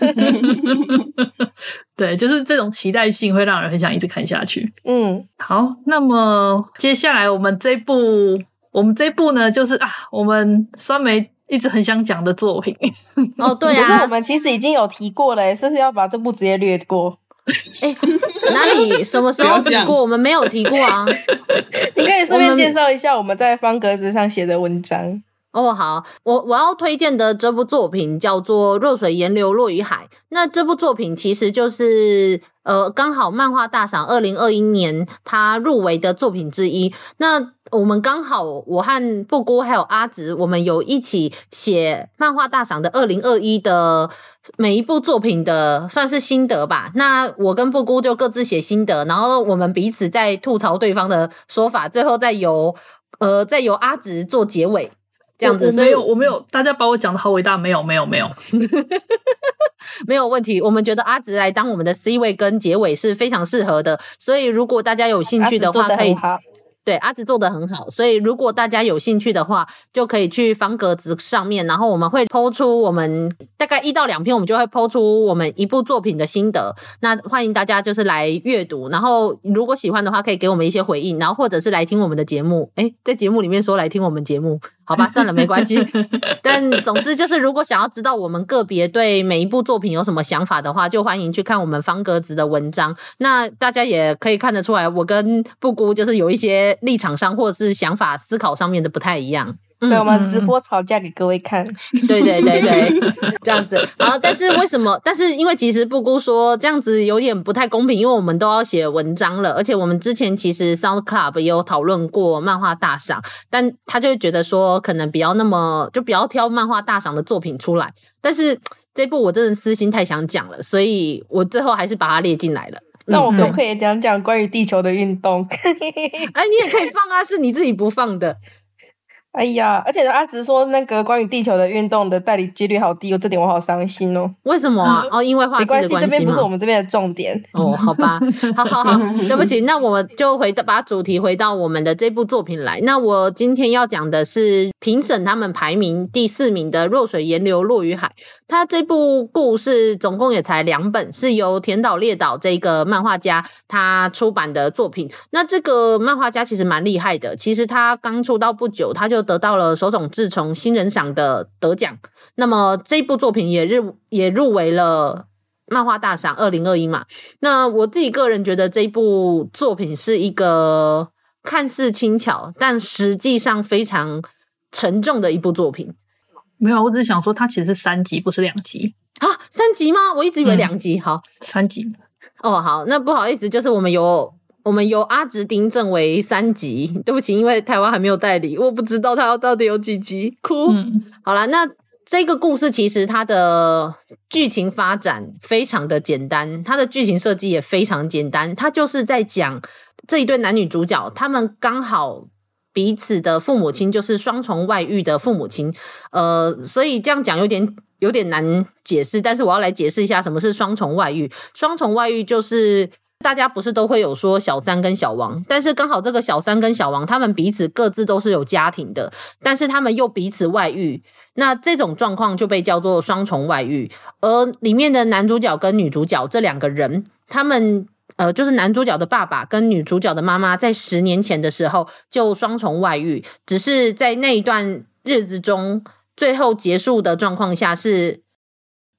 对，就是这种期待性会让人很想一直看下去。 嗯， 好，那么接下来我们这部，我们这部呢，就是啊，我们酸梅一直很想讲的作品。 哦，对啊， 可是我们其实已经有提过了，是不是要把这部直接略过？ 哎，哪里什么时候提过？我们没有提过啊。 你可以顺便介绍一下我们在方格子上写的文章。 哦，好，我我要推荐的这部作品叫做《弱水岩流落于海》。那这部作品其实就是呃，刚好漫画大赏二零二一年它入围的作品之一。那我们刚好我和布姑还有阿直，我们有一起写漫画大赏的二零二一的每一部作品的算是心得吧。那我跟布姑就各自写心得，然后我们彼此在吐槽对方的说法，最后再由呃再由阿直做结尾。这样子， 所以我没有，大家把我讲的好伟大，没有，没有，没有， 没有问题。我们觉得阿直来当我们的 C 位跟结尾是非常适合的，所以如果大家有兴趣的话，可以。对，阿直做得很好，所以如果大家有兴趣的话，就可以去方格子上面，然后我们会 po 出我们大概一到两篇，我们就会 po 出我们一部作品的心得。那欢迎大家就是来阅读，然后如果喜欢的话，可以给我们一些回应，然后或者是来听我们的节目。诶，在节目里面说来听我们节目，好吧，算了，没关系。但总之就是，如果想要知道我们个别对每一部作品有什么想法的话，就欢迎去看我们方格子的文章。那大家也可以看得出来，我跟布姑就是有一些立场上或者是想法思考上面的不太一样。 对、嗯、我们直播吵架给各位看。 对对对对，这样子。然后但是为什么但是因为其实布姑说这样子有点不太公平，因为我们都要写文章了，而且我们之前其实 Sound Club 也有讨论过漫画大赏，但他就会觉得说可能不要那么就不要挑漫画大赏的作品出来，但是这部我真的私心太想讲了，所以我最后还是把它列进来了。 那我可不可以讲讲关于地球的运动？ 哎，你也可以放啊，是你自己不放的。 哎呀，而且阿直说那个关于地球的运动的代理几率好低哦，这点我好伤心哦。 为什么啊？嗯、哦，因为画质的关系吗？ 没关系，这边不是我们这边的重点。 哦，好吧，好好好，对不起，那我们就回到把主题回到我们的这部作品来。那我今天要讲的是评审他们排名第四名的《弱水岩流落于海》。它这部故事总共也才两本，是由田岛列岛这个漫画家他出版的作品。那这个漫画家其实蛮厉害的，其实他刚出道不久，他就得到了手冢治虫新人赏的得奖。那么这部作品也入也入围了漫画大赏二零二一嘛。那我自己个人觉得这部作品是一个看似轻巧，但实际上非常沉重的一部作品。 没有，我只是想说它其实是三集，不是两集啊？三集吗？我一直以为两集。嗯、好， 三集。 哦，好，那不好意思，就是我们有我们由阿直订正为三集，对不起，因为台湾还没有代理，我不知道它到底有几集，哭。嗯、好啦，那这个故事其实它的剧情发展非常的简单，它的剧情设计也非常简单，它就是在讲这一对男女主角，他们刚好彼此的父母亲就是双重外遇的父母亲，呃，所以这样讲有点有点难解释，但是我要来解释一下什么是双重外遇。双重外遇就是大家不是都会有说小三跟小王，但是刚好这个小三跟小王他们彼此各自都是有家庭的，但是他们又彼此外遇，那这种状况就被叫做双重外遇。而里面的男主角跟女主角这两个人，他们呃，就是男主角的爸爸跟女主角的妈妈在十年前的时候就双重外遇，只是在那一段日子中最后结束的状况下是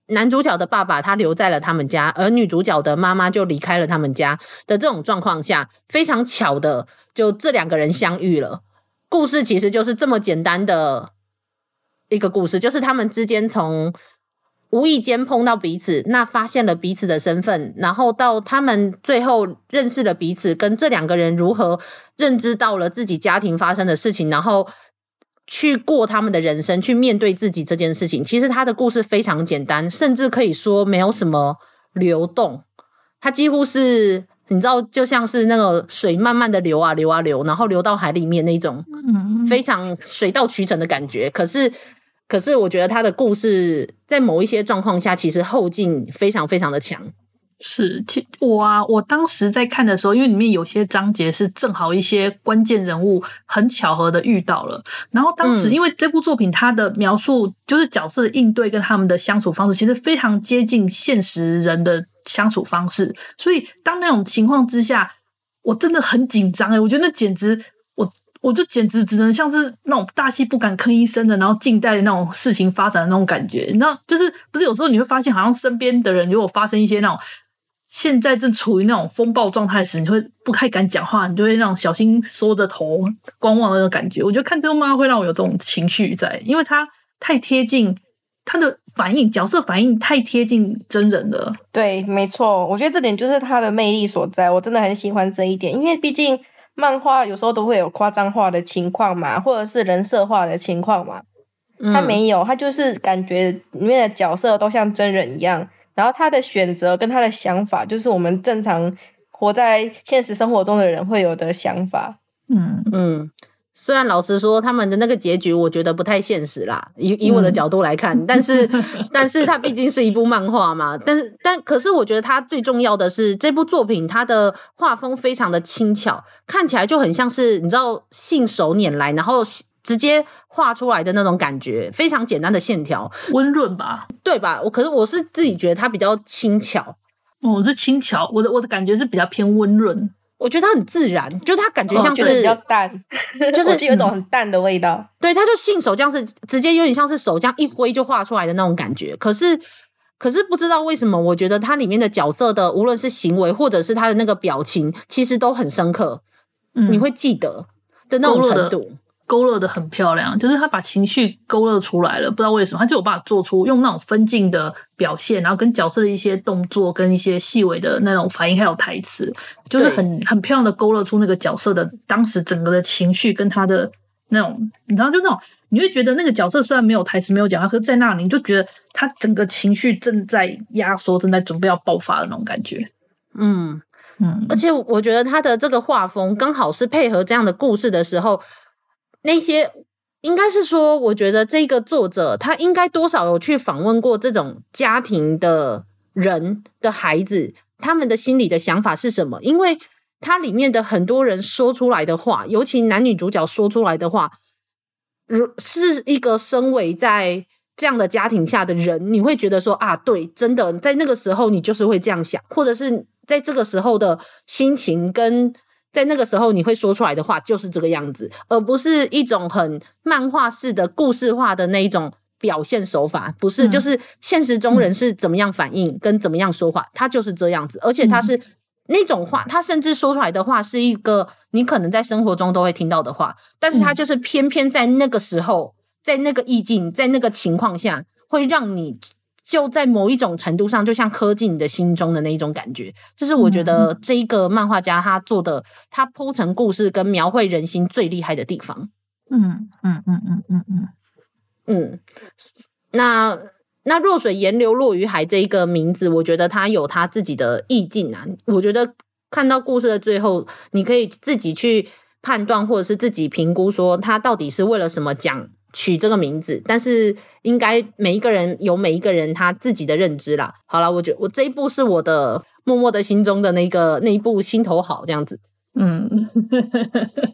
男主角的爸爸他留在了他们家，而女主角的妈妈就离开了他们家的这种状况下，非常巧的就这两个人相遇了。故事其实就是这么简单的一个故事，就是他们之间从无意间碰到彼此，那发现了彼此的身份，然后到他们最后认识了彼此，跟这两个人如何认知到了自己家庭发生的事情，然后去过他们的人生，去面对自己这件事情。其实他的故事非常简单，甚至可以说没有什么流动，它几乎是你知道就像是那个水慢慢的流啊流啊流，然后流到海里面那种非常水到渠成的感觉。可是可是我觉得他的故事在某一些状况下其实后劲非常非常的强。 是，其我啊，我当时在看的时候，因为里面有些章节是正好一些关键人物很巧合的遇到了，然后当时因为这部作品它的描述就是角色的应对跟他们的相处方式其实非常接近现实人的相处方式，所以当那种情况之下我真的很紧张欸，我觉得那简直我我就简直只能像是那种大气不敢吭一声的，然后静待那种事情发展的那种感觉。你知道，就是不是有时候你会发现好像身边的人如果发生一些那种现在正处于那种风暴状态时，你会不太敢讲话，你就会那种小心缩着头观望的那种感觉。我觉得看这部漫画会让我有这种情绪在，因为它太贴近他的反应，角色反应太贴近真人了。 对，没错，我觉得这点就是他的魅力所在，我真的很喜欢这一点，因为毕竟漫画有时候都会有夸张化的情况嘛，或者是人设化的情况嘛，他没有，他就是感觉里面的角色都像真人一样，然后他的选择跟他的想法就是我们正常活在现实生活中的人会有的想法。 嗯嗯，虽然老实说他们的那个结局我觉得不太现实啦，以以我的角度来看，嗯、但是但是它毕竟是一部漫画嘛，但是但可是我觉得它最重要的是这部作品它的画风非常的轻巧，看起来就很像是你知道信手拈来然后直接画出来的那种感觉，非常简单的线条， 温润吧， 对吧？我可是我是自己觉得它比较轻巧。 哦，是轻巧，我的我的感觉是比较偏温润。 我觉得它很自然，就它感觉像是、 哦、比较淡， 就是我觉得有一种很淡的味道、嗯、 对，它就信手这样是直接有点像是手这样一挥就画出来的那种感觉。可是可是不知道为什么我觉得它里面的角色的无论是行为或者是他的那个表情其实都很深刻、嗯、你会记得的那种程度， 勾勒的很漂亮，就是他把情绪勾勒出来了，不知道为什么他就有办法做出用那种分镜的表现，然后跟角色的一些动作跟一些细微的那种反应还有台词，就是很很漂亮的勾勒出那个角色的当时整个的情绪跟他的那种，你知道就那种你会觉得那个角色虽然没有台词没有讲话，可是在那里你就觉得他整个情绪正在压缩正在准备要爆发的那种感觉。 嗯嗯，而且我觉得他的这个画风刚好是配合这样的故事的时候，那些应该是说我觉得这个作者他应该多少有去访问过这种家庭的人的孩子，他们的心里的想法是什么，因为他里面的很多人说出来的话，尤其男女主角说出来的话是一个身为在这样的家庭下的人，你会觉得说啊，对，真的在那个时候你就是会这样想，或者是在这个时候的心情跟在那个时候你会说出来的话就是这个样子，而不是一种很漫画式的故事化的那一种表现手法，不是、嗯、就是现实中人是怎么样反应跟怎么样说话，他就是这样子，而且他是那种话，他甚至说出来的话是一个你可能在生活中都会听到的话，但是他就是偏偏在那个时候在那个意境在那个情况下会让你就在某一种程度上就像刻进你的心中的那一种感觉，这是我觉得这一个漫画家他做的他铺陈故事跟描绘人心最厉害的地方。 嗯嗯嗯嗯嗯嗯嗯，那那弱水沿流落于海这一个名字我觉得他有他自己的意境啊，我觉得看到故事的最后你可以自己去判断或者是自己评估说他到底是为了什么讲取这个名字，但是应该每一个人有每一个人他自己的认知啦。好啦，我觉得我这一部是我的默默的心中的那个那一部心头好这样子。 嗯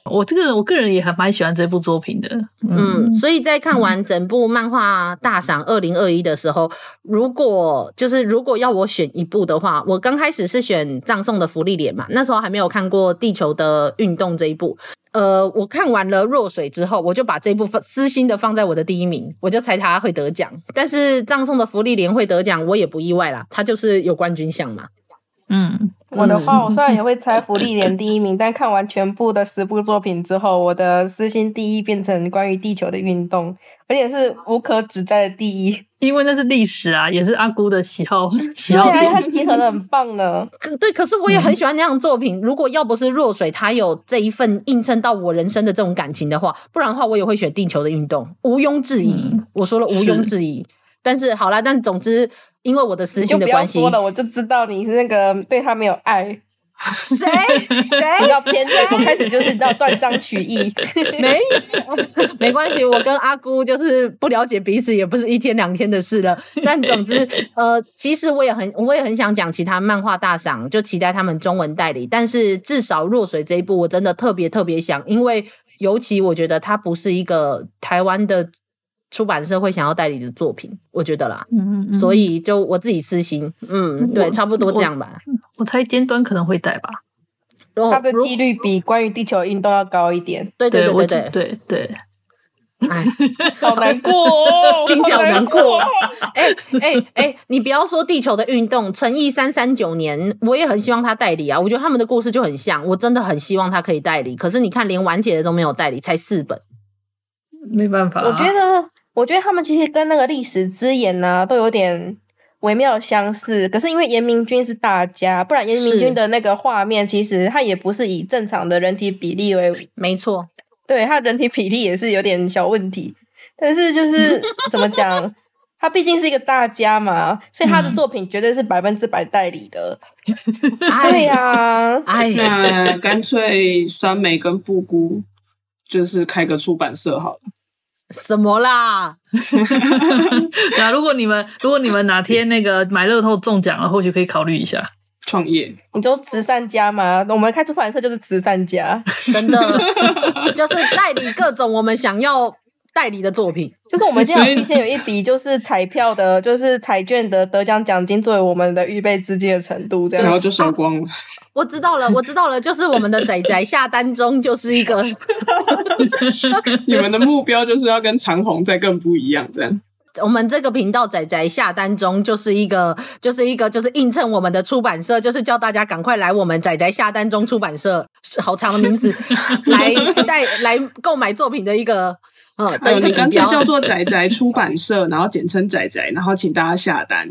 我这个人我个人也还蛮喜欢这部作品的。 嗯, 嗯，所以在看完整部漫画大赏二零二一的时候，如果就是如果要我选一部的话，我刚开始是选葬送的芙莉莲嘛，那时候还没有看过地球的运动这一部。呃，我看完了弱水之后，我就把这部私心的放在我的第一名，我就猜他会得奖。但是葬送的芙莉莲会得奖，我也不意外啦，他就是有冠军相嘛。 嗯， 我的话，我虽然也会猜芙莉莲第一名，但看完全部的十部作品之后，我的私心第一变成关于地球的运动，而且是无可指摘的第一。 因为那是历史啊，也是阿姑的喜好喜好对啊，他结合的很棒呢。 可对，可是我也很喜欢那样的作品。嗯、如果要不是弱水他有这一份映衬到我人生的这种感情的话，不然的话我也会选地球的运动，无庸置疑。嗯、我说了无庸置疑。但是好啦，但总之因为我的私心的关系， 你就不要说了，我就知道你是那个对他没有爱。 谁谁要偏我开始就是要断章取义。 没没关系，我跟阿姑就是不了解彼此也不是一天两天的事了。但总之呃其实我也很我也很想讲其他漫画大赏，就期待他们中文代理，但是至少弱水这一部我真的特别特别想，因为尤其我觉得它不是一个台湾的出版社会想要代理的作品，我觉得啦。嗯嗯，所以就我自己私心，嗯，对，差不多这样吧。 我猜尖端可能会带吧， 它的几率比关于地球运动要高一点。 对对对对对对对。 哎， 好难过哦， 听起来好难过。哎哎哎，你不要说地球的运动，诚毅三三九年，我也很希望他代理啊。我觉得他们的故事就很像，我真的很希望他可以代理。可是你看，连完结的都没有代理，才四本， 没办法、啊。 我觉得，我觉得他们其实跟那个历史之眼啊，都有点微妙相似。可是因为严明君是大家，不然严明君的那个画面，其实他也不是以正常的人体比例为， 没错。 对，他人体比例也是有点小问题，但是就是怎么讲，他毕竟是一个大家嘛，所以他的作品绝对是百分之百代理的。对呀、啊， 哎，那干脆酸梅跟布姑就是开个出版社好了。 什么啦？ 那如果你们如果你们哪天那个买乐透中奖了，或许可以考虑一下。 创业， 你说慈善家吗？我们开出版社就是慈善家， 真的就是代理各种我们想要代理的作品。 就是我们今天先有一笔就是彩票的，就是彩券的得奖奖金作为我们的预备资金的程度，这样然后就收光了。啊、 我知道了，我知道了，就是我们的仔仔下单中就是一个， 你们的目标就是要跟长虹再更不一样，这样。 我们这个频道仔仔下单中就是一个就是一个就是映衬我们的出版社，就是叫大家赶快来我们仔仔下单中出版社，好长的名字来带来购买作品的一个呃的一个指标。 你干脆叫做仔仔出版社，然后简称仔仔，然后请大家下单。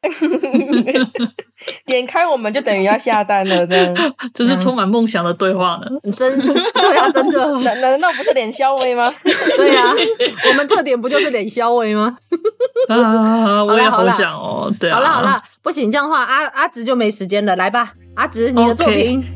点开我们就等于要下单了，这样这是充满梦想的对话呢。 真对啊，真的， 难难道不是脸肖威吗？ 对啊，我们特点不就是脸肖威吗？ 啊，我也好想哦。对啊， 好了好了，不行，这样的话阿阿直就没时间了。来吧，阿直，你的作品。Okay.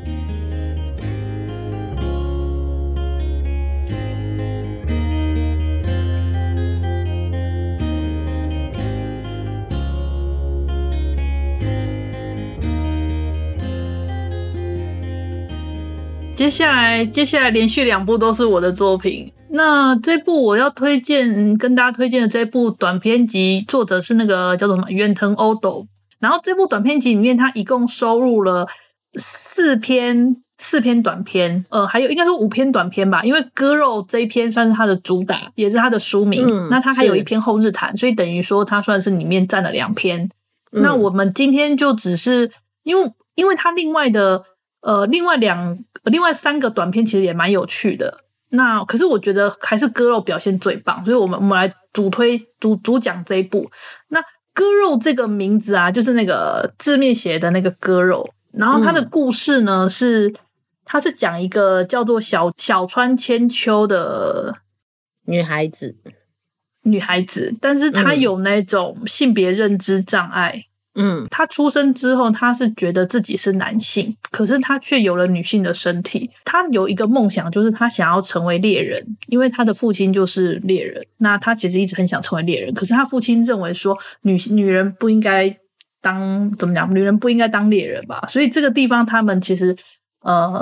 接下来，接下来连续两部都是我的作品。那这部我要推荐，跟大家推荐的这部短篇集，作者是那个叫做什么远藤欧斗。然后这部短篇集里面，它一共收录了四篇四篇短篇，呃，还有应该说五篇短篇吧。因为割肉这一篇算是它的主打，也是它的书名。嗯、那它还有一篇后日谈，所以等于说它算是里面占了两篇。嗯、那我们今天就只是因为因为它另外的呃另外两。另外三个短片其实也蛮有趣的，那可是我觉得还是割肉表现最棒，所以我们我们来主推主主讲这一部。那割肉这个名字啊，就是那个字面写的那个割肉，然后它的故事呢、嗯、是它是讲一个叫做小小川千秋的女孩子， 女孩子，但是她有那种性别认知障碍。嗯，他出生之后，他是觉得自己是男性，可是他却有了女性的身体。他有一个梦想，就是他想要成为猎人，因为他的父亲就是猎人。那他其实一直很想成为猎人，可是他父亲认为说女女人不应该当怎么讲，女人不应该当猎人吧。所以这个地方他们其实呃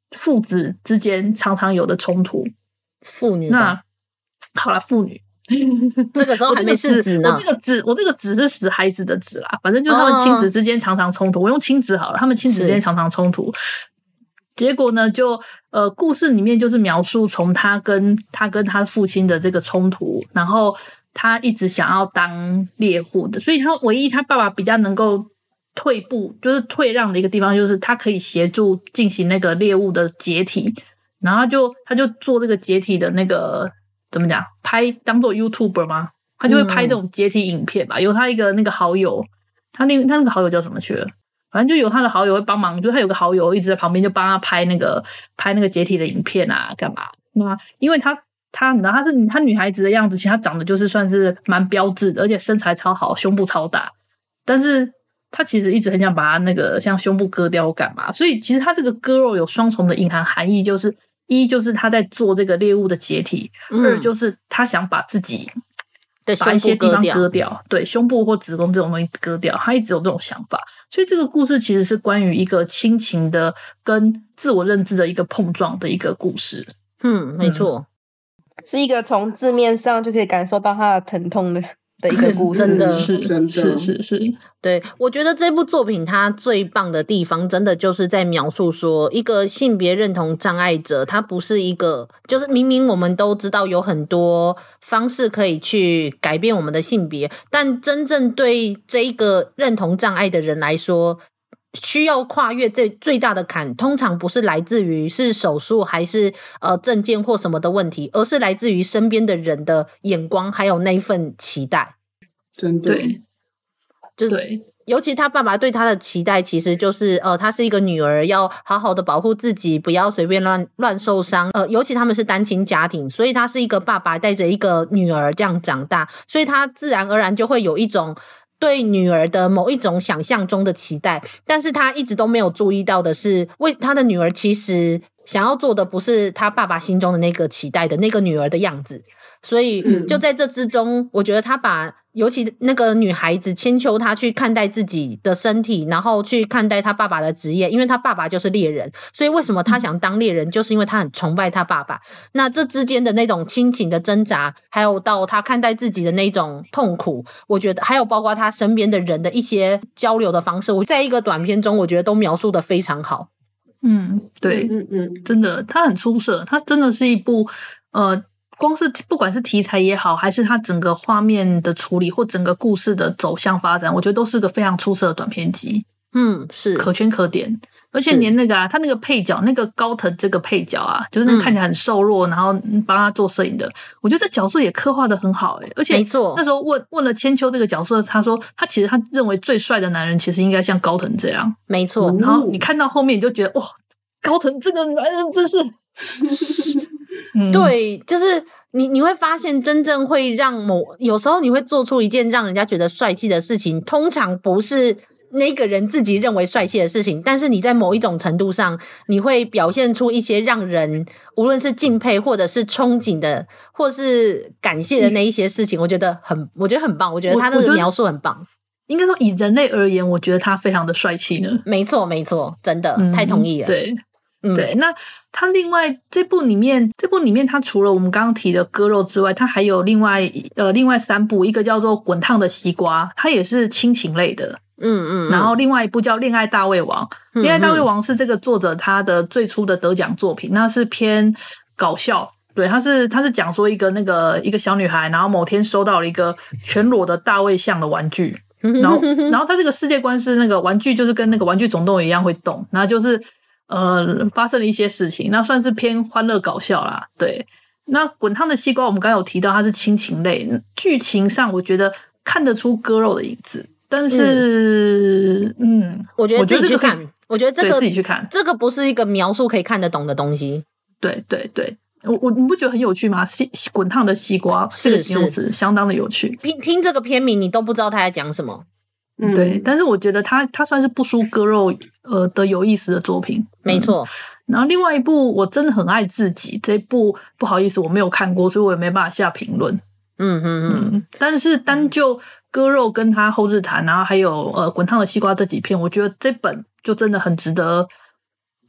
父子之间常常有的冲突。 父女那好啦，父女这个时候还没是子呢， 我这个子我这个子是使孩子的子啦，反正就是他们亲子之间常常冲突、哦、我用亲子好了，他们亲子之间常常冲突。结果呢就呃故事里面就是描述从他跟他跟他父亲的这个冲突，然后他一直想要当猎户的，所以他唯一他爸爸比较能够退步就是退让的一个地方，就是他可以协助进行那个猎物的解体，然后他就他就做这个解体的那个怎么讲，拍当做 YouTuber 吗？他就会拍这种解体影片吧，嗯、有他一个那个好友，他那他那个好友叫什么去了？反正就有他的好友会帮忙，就他有个好友一直在旁边就帮他拍那个拍那个解体的影片啊，干嘛？那因为他他你知道他是他女孩子的样子，其实他长得就是算是蛮标致的，而且身材超好，胸部超大，但是他其实一直很想把他那个像胸部割掉或干嘛，所以其实他这个割肉有双重的隐含含义，就是一就是他在做这个猎物的解体、嗯、二就是他想把自己把一些地方割掉，对，胸部或子宫这种东西割掉，他一直有这种想法。所以这个故事其实是关于一个亲情的跟自我认知的一个碰撞的一个故事。 嗯，没错、 嗯、是一个从字面上就可以感受到他的疼痛的的一个故事。 真的是是是是， 对，我觉得这部作品它最棒的地方真的就是在描述说一个性别认同障碍者，他不是一个就是明明我们都知道有很多方式可以去改变我们的性别，但真正对这一个认同障碍的人来说，需要跨越最最大的坎，通常不是来自于是手术还是呃证件或什么的问题，而是来自于身边的人的眼光还有那一份期待。 真的， 对， 就是对， 尤其他爸爸对他的期待其实就是呃，她是一个女儿，要好好的保护自己，不要随便乱乱受伤。呃，尤其他们是单亲家庭，所以他是一个爸爸带着一个女儿这样长大，所以他自然而然就会有一种对女儿的某一种想象中的期待，但是他一直都没有注意到的是，为他的女儿其实想要做的不是他爸爸心中的那个期待的那个女儿的样子，所以就在这之中，我觉得他把尤其那个女孩子千秋她去看待自己的身体，然后去看待他爸爸的职业，因为他爸爸就是猎人，所以为什么他想当猎人，就是因为他很崇拜他爸爸。那这之间的那种亲情的挣扎，还有到他看待自己的那种痛苦，我觉得还有包括他身边的人的一些交流的方式，我在一个短片中我觉得都描述得非常好。 嗯，对， 嗯嗯， 真的，它很出色，它真的是一部呃，光是不管是题材也好，还是它整个画面的处理或整个故事的走向发展，我觉得都是个非常出色的短片集。 嗯，是可圈可点，而且连那个啊，他那个配角，那个高藤这个配角啊，就是那个看起来很瘦弱，嗯、然后帮他做摄影的，我觉得这角色也刻画的很好诶、欸。而且没错， 那时候问问了千秋这个角色，他说他其实他认为最帅的男人其实应该像高藤这样， 没错。 然后你看到后面你就觉得哇，高藤这个男人真是， 嗯、对，就是你你会发现，真正会让某有时候你会做出一件让人家觉得帅气的事情，通常不是那个人自己认为帅气的事情，但是你在某一种程度上，你会表现出一些让人无论是敬佩或者是憧憬的，或是感谢的那一些事情，我觉得很，我觉得很棒，我觉得他的描述很棒。 应该说以人类而言，我觉得他非常的帅气呢。 没错，没错，真的、嗯、太同意了。 对。 嗯、 对，那他另外这部里面，这部里面他除了我们刚刚提的割肉之外，他还有另外呃另外三部，一个叫做《滚烫的西瓜》，它也是亲情类的。 嗯 嗯, 嗯， 然后另外一部叫《恋爱大胃王》，《恋爱大胃王》是这个作者他的最初的得奖作品，那是偏搞笑。对，他是他是讲说一个那个一个小女孩，然后某天收到了一个全裸的大卫像的玩具，然后然后他这个世界观是那个玩具就是跟那个玩具总动员一样会动，然后就是呃发生了一些事情，那算是偏欢乐搞笑啦。对，那滚烫的西瓜我们刚刚有提到它是亲情类，剧情上我觉得看得出割肉的影子。但是，嗯， 嗯我觉得自己去看，我觉得这个自己去看， 这个不是一个描述可以看得懂的东西。 对对对，我我你不觉得很有趣吗？西滚烫的西瓜这个形容词相当的有趣。 听听这个片名，你都不知道他在讲什么。 嗯，对，但是我觉得他他算是不输割肉呃的有意思的作品， 没错。 嗯、然后另外一部我真的很爱自己，这一部不好意思我没有看过，所以我也没办法下评论。 嗯嗯嗯， 但是单就割肉跟他后日谈，然后还有呃滚烫的西瓜这几篇，我觉得这本就真的很值得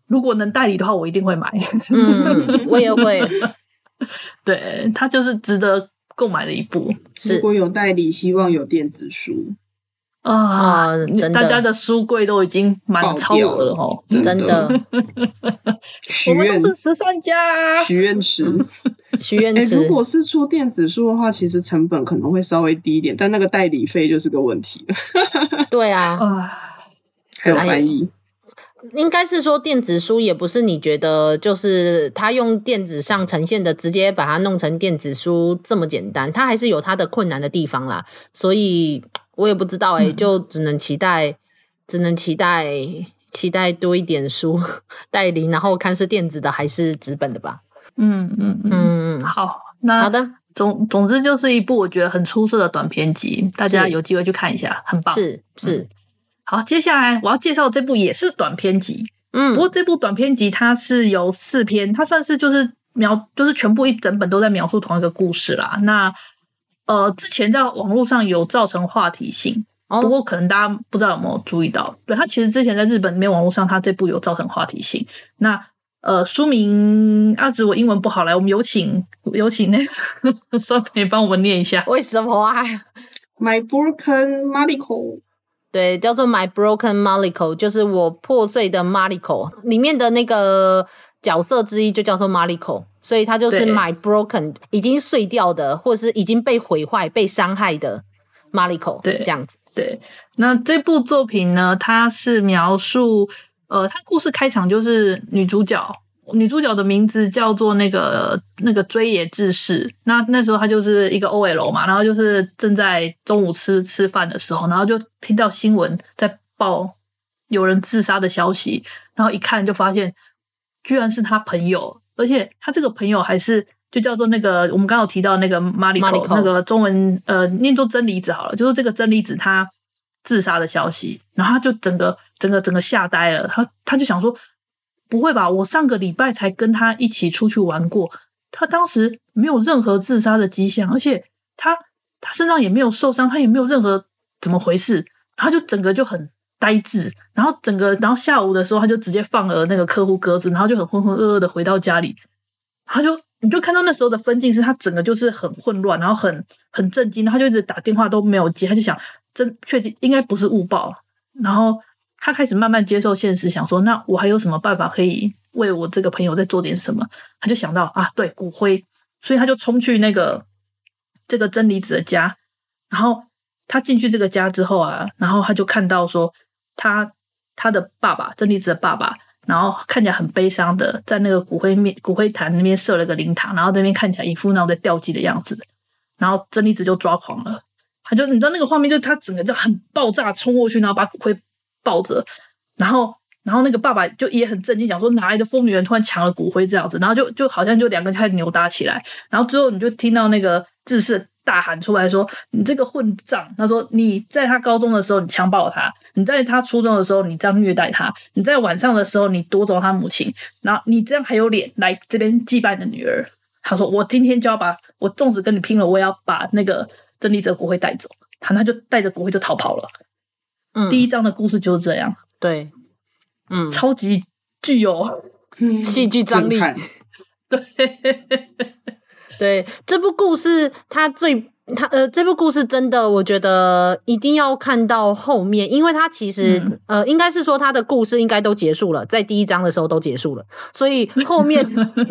如果能代理的话，我一定会买。 嗯，我也会。 对，它就是值得购买的一部。 如果有代理，希望有电子书啊！ 哦、真的大家的书柜都已经满超额了哦， 真的。 真的我们都是慈善家， 许愿池， 许愿池、 欸。如果是出电子书的话，其实成本可能会稍微低一点，但那个代理费就是个问题。 对啊， 还有翻译。 应该是说电子书也不是你觉得就是他用电子上呈现的直接把它弄成电子书这么简单，它还是有它的困难的地方啦，所以我也不知道诶、欸嗯、就只能期待只能期待期待多一点书代理，然后看是电子的还是纸本的吧。 嗯嗯嗯，好，那好的， 总总之就是一部我觉得很出色的短篇集，大家有机会去看一下，很棒。 是是。嗯， 好，接下来我要介绍的这部也是短篇集，嗯，不过这部短篇集它是有四篇，它算是就是描，就是全部一整本都在描述同一个故事啦。那呃，之前在网络上有造成话题性，哦、不过可能大家不知道有没有注意到，对，它其实之前在日本里面网络上，它这部有造成话题性。那呃，书名阿紫我英文不好，来，我们有请有请那个酸梅帮我们念一下。 为什么啊 ？My broken Mariko。 对，叫做 My Broken Mariko， 就是我破碎的 Mariko， 里面的那个角色之一就叫做 Mariko， 所以它就是 My Broken， 已经碎掉的，或是已经被毁坏、被伤害的 Mariko， 对，这样子。 对，那这部作品呢，它是描述，呃，它故事开场就是女主角。女主角的名字叫做那个那个追野智世，那那时候她就是一个 O L 嘛，然后就是正在中午吃吃饭的时候，然后就听到新闻在报有人自杀的消息，然后一看就发现居然是她朋友，而且她这个朋友还是就叫做那个我们刚刚有提到那个 Mariko， 那个中文呃念作真理子好了，就是这个真理子她自杀的消息，然后她就整个整个整个吓呆了，她她就想说。不会吧，我上个礼拜才跟他一起出去玩过，他当时没有任何自杀的迹象，而且他他身上也没有受伤，他也没有任何怎么回事，然后就整个就很呆滞，然后整个然后下午的时候他就直接放了那个客户鸽子，然后就很浑浑噩噩的回到家里，他就你就看到那时候的分镜是他整个就是很混乱，然后很很震惊，他就一直打电话都没有接，他就想真确定应该不是误报，然后他开始慢慢接受现实，想说那我还有什么办法可以为我这个朋友再做点什么，他就想到啊对骨灰，所以他就冲去那个这个真理子的家，然后他进去这个家之后啊，然后他就看到说他他的爸爸真理子的爸爸，然后看起来很悲伤的在那个骨灰面骨灰坛那边设了个灵堂，然后那边看起来一副那种在吊祭的样子，然后真理子就抓狂了，他就你知道那个画面就是他整个就很爆炸冲过去，然后把骨灰抱着，然后然后那个爸爸就也很震惊，讲说哪来的疯女人突然抢了骨灰这样子，然后就就好像就两个人开始扭打起来，然后之后你就听到那个智世大喊出来说你这个混账，他说你在他高中的时候你强暴他，你在他初中的时候你这样虐待他，你在晚上的时候你夺走他母亲，然后你这样还有脸来这边祭拜你的女儿，他说我今天就要把我纵使跟你拼了我也要把那个真理子的骨灰带走，他他就带着骨灰就逃跑了。嗯，第一章的故事就是这样， 对，嗯， 超级具有戏剧张力， 对对，这部故事它最它呃，这部故事真的，我觉得一定要看到后面，因为它其实、嗯、呃，应该是说它的故事应该都结束了，在第一章的时候都结束了，所以后面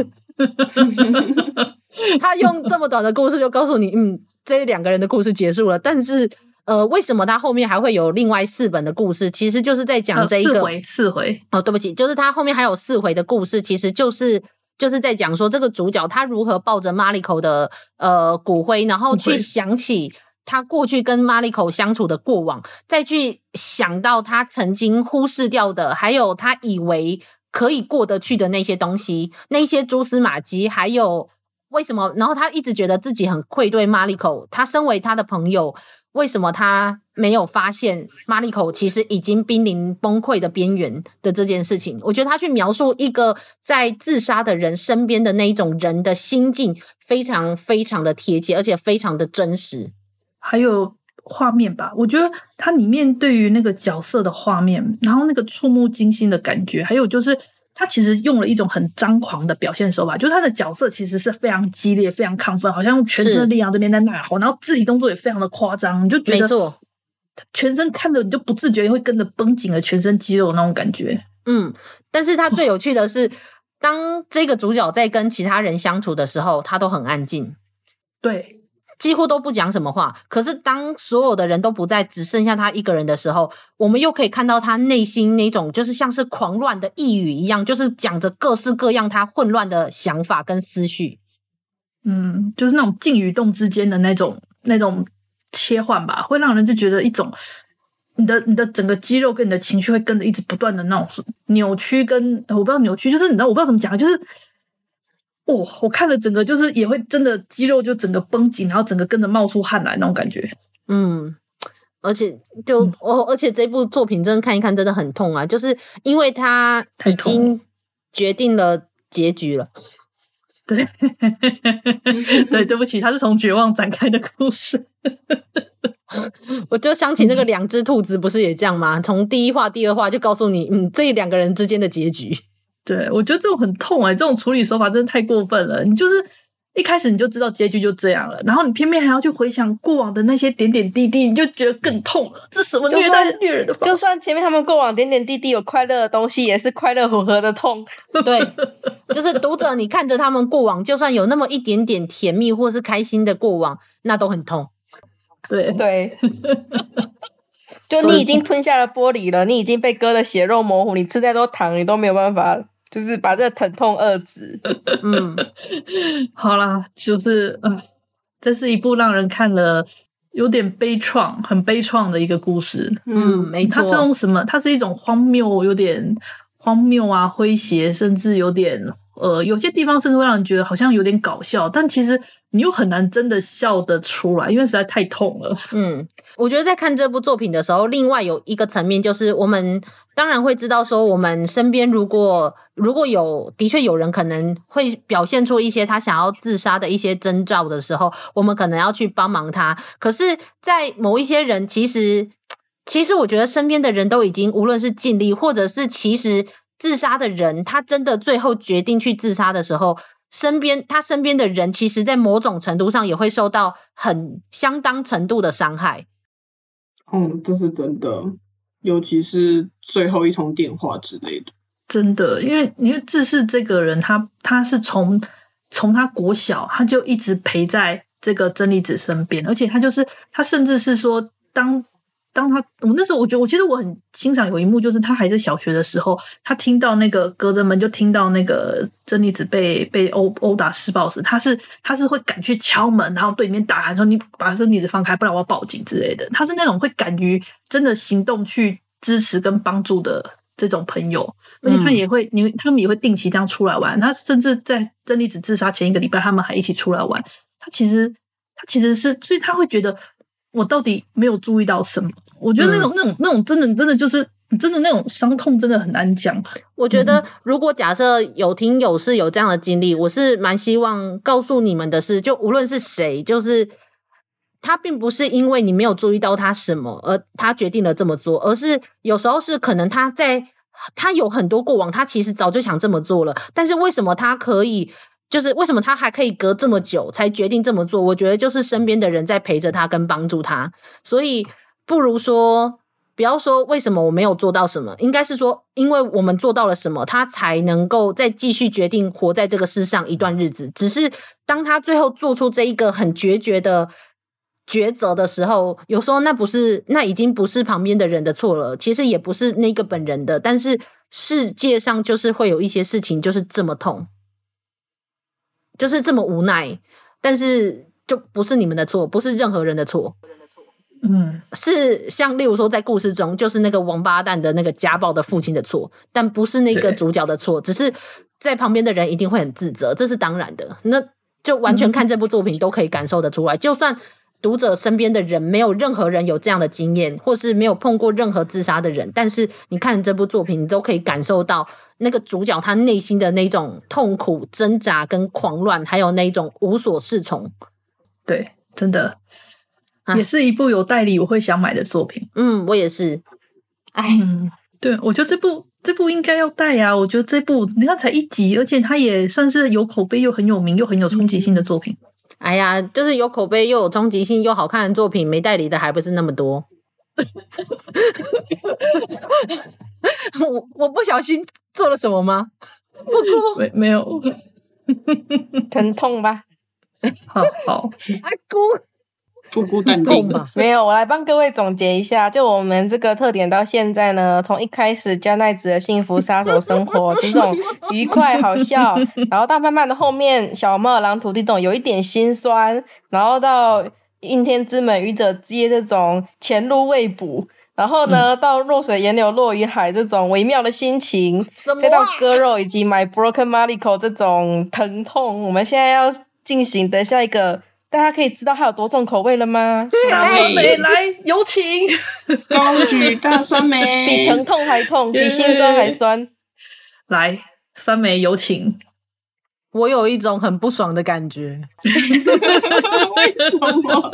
他用这么短的故事就告诉你，嗯，这两个人的故事结束了，但是。呃，为什么他后面还会有另外四本的故事？其实就是在讲这一个、 呃、四回，四回哦，对不起，就是他后面还有四回的故事，其实就是就是在讲说这个主角他如何抱着 Mariko 的呃骨灰，然后去想起他过去跟 Mariko 相处的过往，再去想到他曾经忽视掉的，还有他以为可以过得去的那些东西，那些蛛丝马迹，还有为什么？然后他一直觉得自己很愧对 Mariko， 他身为他的朋友。为什么他没有发现 Mariko 其实已经濒临崩溃的边缘的这件事情？我觉得他去描述一个在自杀的人身边的那一种人的心境，非常非常的贴切，而且非常的真实。 还有画面吧，我觉得它里面对于那个角色的画面，然后那个触目惊心的感觉，还有就是他其实用了一种很张狂的表现手法，就是他的角色其实是非常激烈、非常亢奋，好像全身的力量这边在呐吼，然后肢体动作也非常的夸张，你就觉得没错， 全身看着你就不自觉会跟着绷紧了全身肌肉那种感觉。 嗯，但是他最有趣的是，当这个主角在跟其他人相处的时候，他都很安静， 对， 几乎都不讲什么话。可是当所有的人都不在，只剩下他一个人的时候，我们又可以看到他内心那种就是像是狂乱的呓语一样，就是讲着各式各样他混乱的想法跟思绪。 嗯，就是那种静与动之间的那种那种切换吧，会让人就觉得一种你的你的整个肌肉跟你的情绪会跟着一直不断的那种扭曲跟，我不知道扭曲，就是你知道我不知道怎么讲，就是哦，我看了整个就是也会真的肌肉就整个绷紧，然后整个跟着冒出汗来那种感觉。 嗯，而且就、嗯哦、而且这部作品真的看一看真的很痛啊，就是因为他已经决定了结局了。 对对，对不起，他是从绝望展开的故事。 我就想起那个两只兔子不是也这样吗？从第一话第二话就告诉你嗯，这两个人之间的结局。 对，我觉得这种很痛哎、欸，这种处理手法真的太过分了。你就是一开始你就知道结局就这样了，然后你偏偏还要去回想过往的那些点点滴滴，你就觉得更痛了。这什么虐待虐人的方式？ 就算前面他们过往点点滴滴有快乐的东西，也是快乐混合的痛。 对，就是读者你看着他们过往，就算有那么一点点甜蜜或是开心的过往，那都很痛。 对对。就你已经吞下了玻璃了，你已经被割得血肉模糊，你吃再多糖你都没有办法就是把这个疼痛遏制。 嗯， 好啦，就是呃，这是一部让人看了有点悲怆很悲怆的一个故事。 嗯，没错。 它是用什么？它是一种荒谬，有点荒谬啊，诙谐，甚至有点呃，有些地方甚至会让人觉得好像有点搞笑，但其实你又很难真的笑得出来，因为实在太痛了。 嗯，我觉得在看这部作品的时候，另外有一个层面就是我们当然会知道说，我们身边如果如果有的确有人可能会表现出一些他想要自杀的一些征兆的时候，我们可能要去帮忙他。可是在某一些人其实其实我觉得身边的人都已经无论是尽力，或者是其实自杀的人他真的最后决定去自杀的时候，身边他身边的人其实在某种程度上也会受到很相当程度的伤害。 嗯，这是真的，尤其是最后一通电话之类的。 真的，因为因为志士这个人，他他是从从他国小他就一直陪在这个真理子身边，而且他就是他甚至是说当。当他我那时候我觉得我其实我很欣赏有一幕，就是他还在小学的时候，他听到那个隔着门就听到那个真理子被被殴殴打施暴时，他是他是会敢去敲门，然后对里面大喊说你把真理子放开，不然我要报警之类的。他是那种会敢于真的行动去支持跟帮助的这种朋友，而且他也会你他们也会定期这样出来玩。他甚至在真理子自杀前一个礼拜，他们还一起出来玩。他其实他其实是，所以他会觉得我到底没有注意到什么。我觉得那种、嗯、那种那种真的真的就是真的那种伤痛真的很难讲。 我觉得如果假设有听有是有这样的经历，我是蛮希望告诉你们的是，就无论是谁，就是他并不是因为你没有注意到他什么而他决定了这么做，而是有时候是可能他在他有很多过往，他其实早就想这么做了，但是为什么他可以就是为什么他还可以隔这么久才决定这么做？我觉得就是身边的人在陪着他跟帮助他，所以不如说不要说为什么我没有做到什么，应该是说因为我们做到了什么，他才能够再继续决定活在这个世上一段日子。只是当他最后做出这一个很决绝的抉择的时候，有时候那不是那已经不是旁边的人的错了，其实也不是那个本人的，但是世界上就是会有一些事情就是这么痛，就是这么无奈，但是就不是你们的错，不是任何人的错。 嗯， 是像例如说在故事中就是那个王八蛋的那个家暴的父亲的错，但不是那个主角的错，只是在旁边的人一定会很自责，这是当然的。那就完全看这部作品都可以感受得出来，就算读者身边的人没有任何人有这样的经验，或是没有碰过任何自杀的人，但是你看这部作品你都可以感受到那个主角他内心的那种痛苦挣扎跟狂乱，还有那种无所适从。 对，真的也是一部有代理我会想买的作品。 嗯，我也是。哎、 嗯， 对，我觉得这部这部应该要带呀、啊。我觉得这部你看才一集，而且它也算是有口碑又很有名又很有冲击性的作品。 哎呀，就是有口碑又有冲击性又好看的作品，没代理的还不是那么多。我我不小心做了什么吗？不哭， 没没有， 疼痛吧？ 好好， 阿姑。 不孤淡定吧？ 没有，我来帮各位总结一下，就我们这个特点到现在呢，从一开始加奈子的幸福杀手生活这种愉快好笑，然后到慢慢的后面小猫狼土地这种有一点心酸，然后到应天之门愚者之夜这种前路未卜，然后呢、嗯、到弱水岩流落于海这种微妙的心情， 什么、啊、 再到割肉以及 My Broken Mariko 这种疼痛，我们现在要进行的下一个。大家可以知道它有多重口味了吗？ 大酸梅来，有请高举大酸梅， 比疼痛还痛，比心酸还酸。 来，酸梅有请。 我有一种很不爽的感觉。 为什么？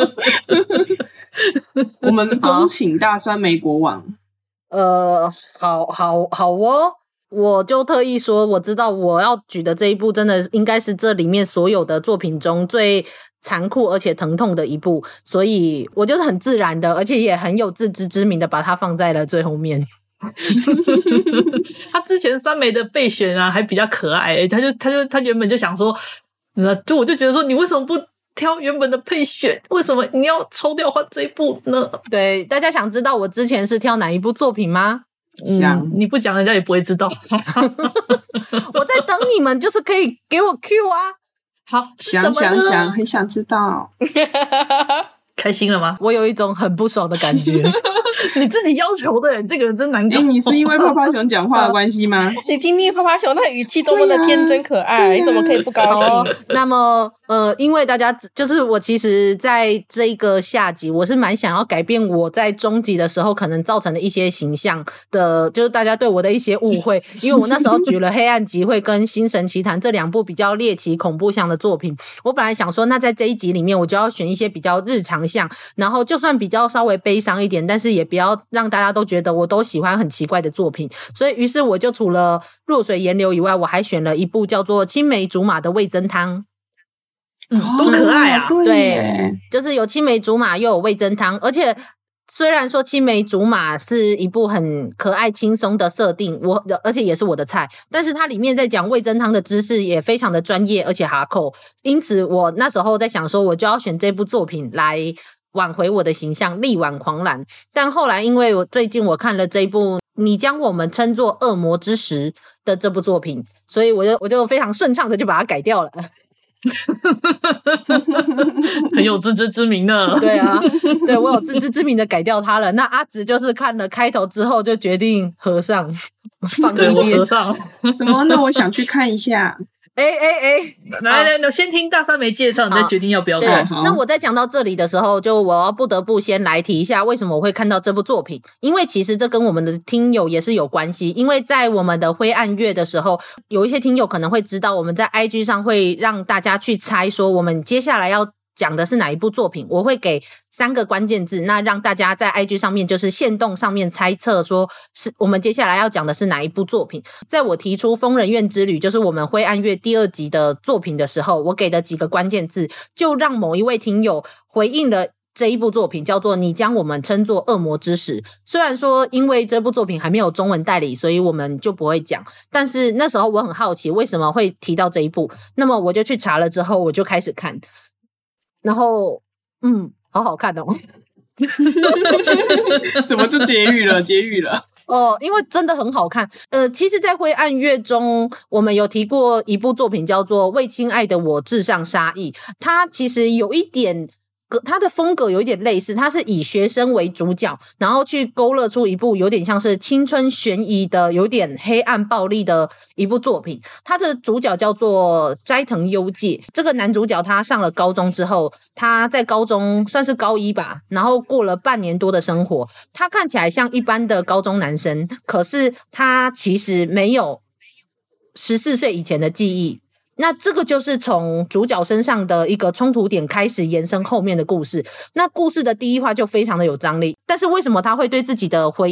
我们恭请大酸梅国王。 呃，好好好哦。我就特意说，我知道我要举的这一部真的应该是这里面所有的作品中最残酷而且疼痛的一部，所以我就是很自然的，而且也很有自知之明的把它放在了最后面。 他之前酸梅的备选啊还比较可爱、欸，他就他就他原本就想说，就我就觉得说你为什么不挑原本的配选，为什么你要抽掉换这一部呢？ 对，大家想知道我之前是挑哪一部作品吗？ 嗯，你不讲人家也不会知道。 我在等你们，就是可以给我 Q 啊。 好， 想想想，很想知道。 开心了吗？ 我有一种很不爽的感觉。 你自己要求的，你这个人真难搞。 哎、欸，你是因为泡泡熊讲话的关系吗？ 你听听泡泡熊那语气多么的天真可爱，啊、你怎么可以不高兴？ 哦、那么，呃，因为大家就是我，其实在这个下集，我是蛮想要改变我在中集的时候可能造成的一些形象的，就是大家对我的一些误会。因为我那时候举了《黑暗集会》跟《新神奇谭》这两部比较猎奇恐怖向的作品，我本来想说，那在这一集里面，我就要选一些比较日常向，然后就算比较稍微悲伤一点，但是也不要让大家都觉得我都喜欢很奇怪的作品。所以于是我就除了弱水岩流以外，我还选了一部叫做青梅竹马的味噌汤。 嗯，多可爱啊！ 对, 对，就是有青梅竹马又有味噌汤，而且虽然说青梅竹马是一部很可爱轻松的设定，我而且也是我的菜，但是它里面在讲味噌汤的知识也非常的专业而且哈扣，因此我那时候在想说我就要选这部作品来挽回我的形象，力挽狂澜。但后来因为我最近我看了这一部你将我们称作恶魔之时的这部作品，所以我就我就非常顺畅的就把它改掉了。 很有自知之明呢。 对啊，对，我有自知之明的改掉它了。那阿直就是看了开头之后就决定合上放一边。 对，我合上。 什么？那我想去看一下。 哎哎哎， 来来，先听大三梅介绍，你再决定要不要看。 那我在讲到这里的时候，就我要不得不先来提一下为什么我会看到这部作品，因为其实这跟我们的听友也是有关系。因为在我们的灰暗月的时候，有一些听友可能会知道，我们在 I G 上会让大家去猜说我们接下来要讲的是哪一部作品，我会给三个关键字，那让大家在 I G 上面就是限动上面猜测说是我们接下来要讲的是哪一部作品。在我提出疯人院之旅就是我们灰暗月第二集的作品的时候，我给的几个关键字就让某一位听友回应了这一部作品，叫做你将我们称作恶魔之时。虽然说因为这部作品还没有中文代理，所以我们就不会讲，但是那时候我很好奇为什么会提到这一部，那么我就去查了之后我就开始看，然后嗯好好看哦。 怎么就结语了结语了哦，因为真的很好看。呃，其实在灰暗月中我们有提过一部作品叫做为亲爱的我致上杀意，它其实有一点他的风格有一点类似，他是以学生为主角，然后去勾勒出一部有点像是青春悬疑的有点黑暗暴力的一部作品。他的主角叫做斋藤优介，这个男主角他上了高中之后，他在高中算是高一吧，然后过了半年多的生活，他看起来像一般的高中男生，可是他其实没有十四岁以前的记忆。那这个就是从主角身上的一个冲突点开始延伸后面的故事。那故事的第一话就非常的有张力，但是为什么他会对自己的回忆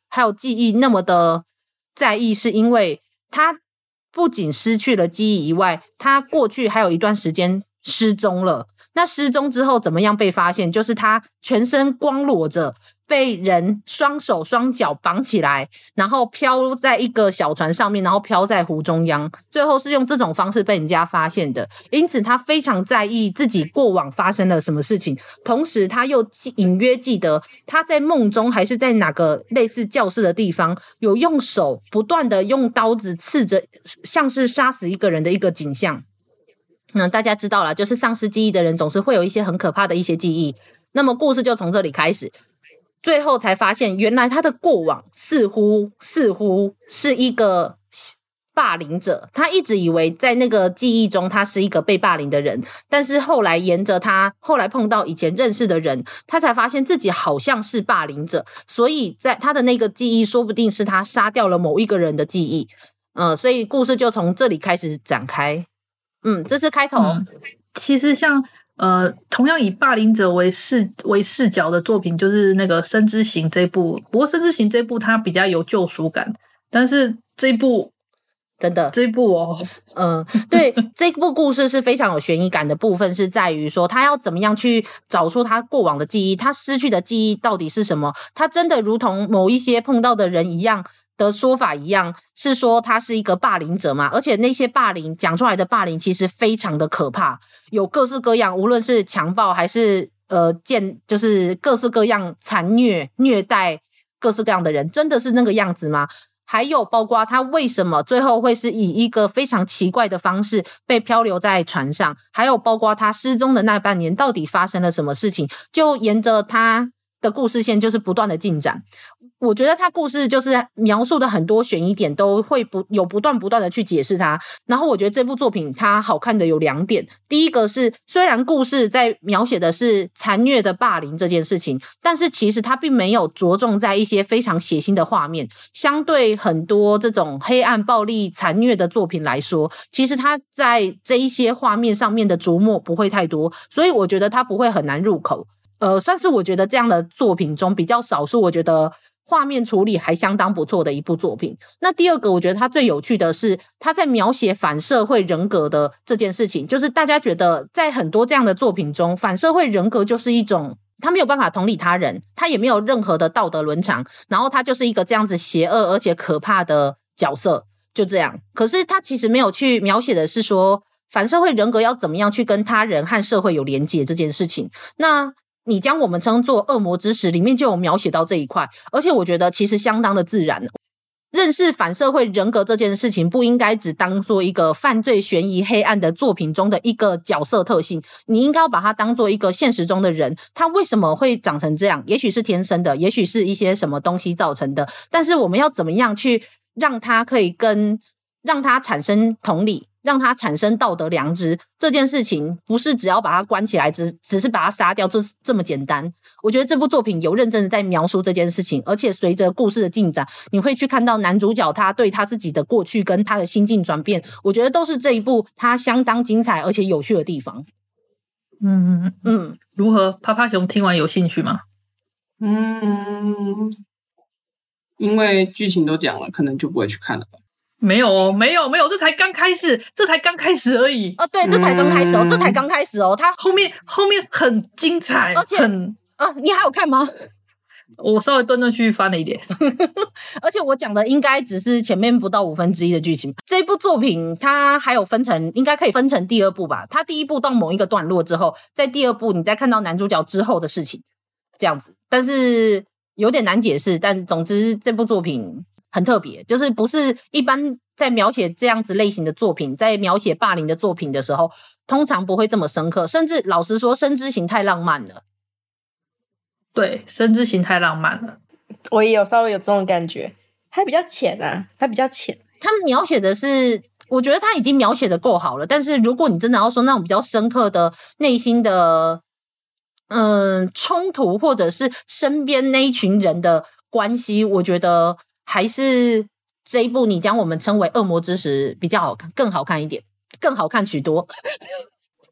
还有记忆那么的在意，是因为他不仅失去了记忆以外，他过去还有一段时间失踪了。那失踪之后怎么样被发现？就是他全身光裸着，被人双手双脚绑起来，然后飘在一个小船上面，然后飘在湖中央，最后是用这种方式被人家发现的。因此他非常在意自己过往发生了什么事情，同时他又隐约记得他在梦中还是在哪个类似教室的地方，有用手不断的用刀子刺着，像是杀死一个人的一个景象。那大家知道了，就是丧失记忆的人总是会有一些很可怕的一些记忆。那么故事就从这里开始，最后才发现原来他的过往似乎似乎是一个霸凌者。他一直以为在那个记忆中他是一个被霸凌的人，但是后来沿着他后来碰到以前认识的人，他才发现自己好像是霸凌者。所以在他的那个记忆说不定是他杀掉了某一个人的记忆。呃，所以故事就从这里开始展开。嗯，这是开头。 嗯、其实像呃，同样以霸凌者为视为视角的作品，就是那个《生之行》这部。不过《生之行》这部它比较有救赎感，但是这一部真的这一部哦， 嗯，对，这部故事是非常有悬疑感的部分，是在于说他要怎么样去找出他过往的记忆，他失去的记忆到底是什么？他真的如同某一些碰到的人一样的说法一样，是说他是一个霸凌者嘛？而且那些霸凌讲出来的霸凌其实非常的可怕，有各式各样，无论是强暴还是呃见，就是各式各样残虐虐待各式各样的人，真的是那个样子吗？还有包括他为什么最后会是以一个非常奇怪的方式被漂流在船上，还有包括他失踪的那半年到底发生了什么事情，就沿着他的故事线就是不断的进展。我觉得他故事就是描述的很多悬疑点都会不有不断不断的去解释它。然后我觉得这部作品它好看的有两点，第一个是虽然故事在描写的是残虐的霸凌这件事情，但是其实它并没有着重在一些非常血腥的画面，相对很多这种黑暗暴力残虐的作品来说，其实它在这一些画面上面的琢磨不会太多，所以我觉得它不会很难入口。呃，算是我觉得这样的作品中比较少数我觉得画面处理还相当不错的一部作品。那第二个我觉得它最有趣的是它在描写反社会人格的这件事情，就是大家觉得在很多这样的作品中，反社会人格就是一种他没有办法同理他人，他也没有任何的道德伦常，然后他就是一个这样子邪恶而且可怕的角色，就这样。可是他其实没有去描写的是说反社会人格要怎么样去跟他人和社会有连结这件事情。那你将我们称作恶魔之石里面就有描写到这一块，而且我觉得其实相当的自然。认识反社会人格这件事情不应该只当做一个犯罪悬疑黑暗的作品中的一个角色特性，你应该要把它当做一个现实中的人，他为什么会长成这样，也许是天生的，也许是一些什么东西造成的，但是我们要怎么样去让他可以跟让他产生同理，让他产生道德良知，这件事情不是只要把他关起来，只只是把他杀掉，这这么简单。我觉得这部作品有认真的在描述这件事情，而且随着故事的进展，你会去看到男主角他对他自己的过去跟他的心境转变，我觉得都是这一部他相当精彩而且有趣的地方。 嗯嗯嗯， 如何？趴趴熊听完有兴趣吗？ 嗯，因为剧情都讲了，可能就不会去看了吧。 没有哦，没有没有，这才刚开始，这才刚开始而已。 哦，对，这才刚开始哦， 嗯、 这才刚开始哦，他后面后面很精彩， 而且很啊，你还有看吗？ 我稍微断断续续翻了一点， 而且我讲的应该只是前面不到五分之一的剧情。这部作品它还有分成，应该可以分成第二部吧？它第一部到某一个段落之后，在第二部你再看到男主角之后的事情，这样子。但是有点难解释，但总之这部作品很特别，就是不是一般在描写这样子类型的作品，在描写霸凌的作品的时候，通常不会这么深刻，甚至老实说，生之行太浪漫了。 对，生之行太浪漫了， 我也有稍微有这种感觉，它比较浅啊，它比较浅。 他描写的是，我觉得他已经描写的够好了，但是如果你真的要说那种比较深刻的内心的嗯冲突，或者是身边那一群人的关系，我觉得还是这一部你将我们称为恶魔之石比较好看，更好看一点，更好看许多。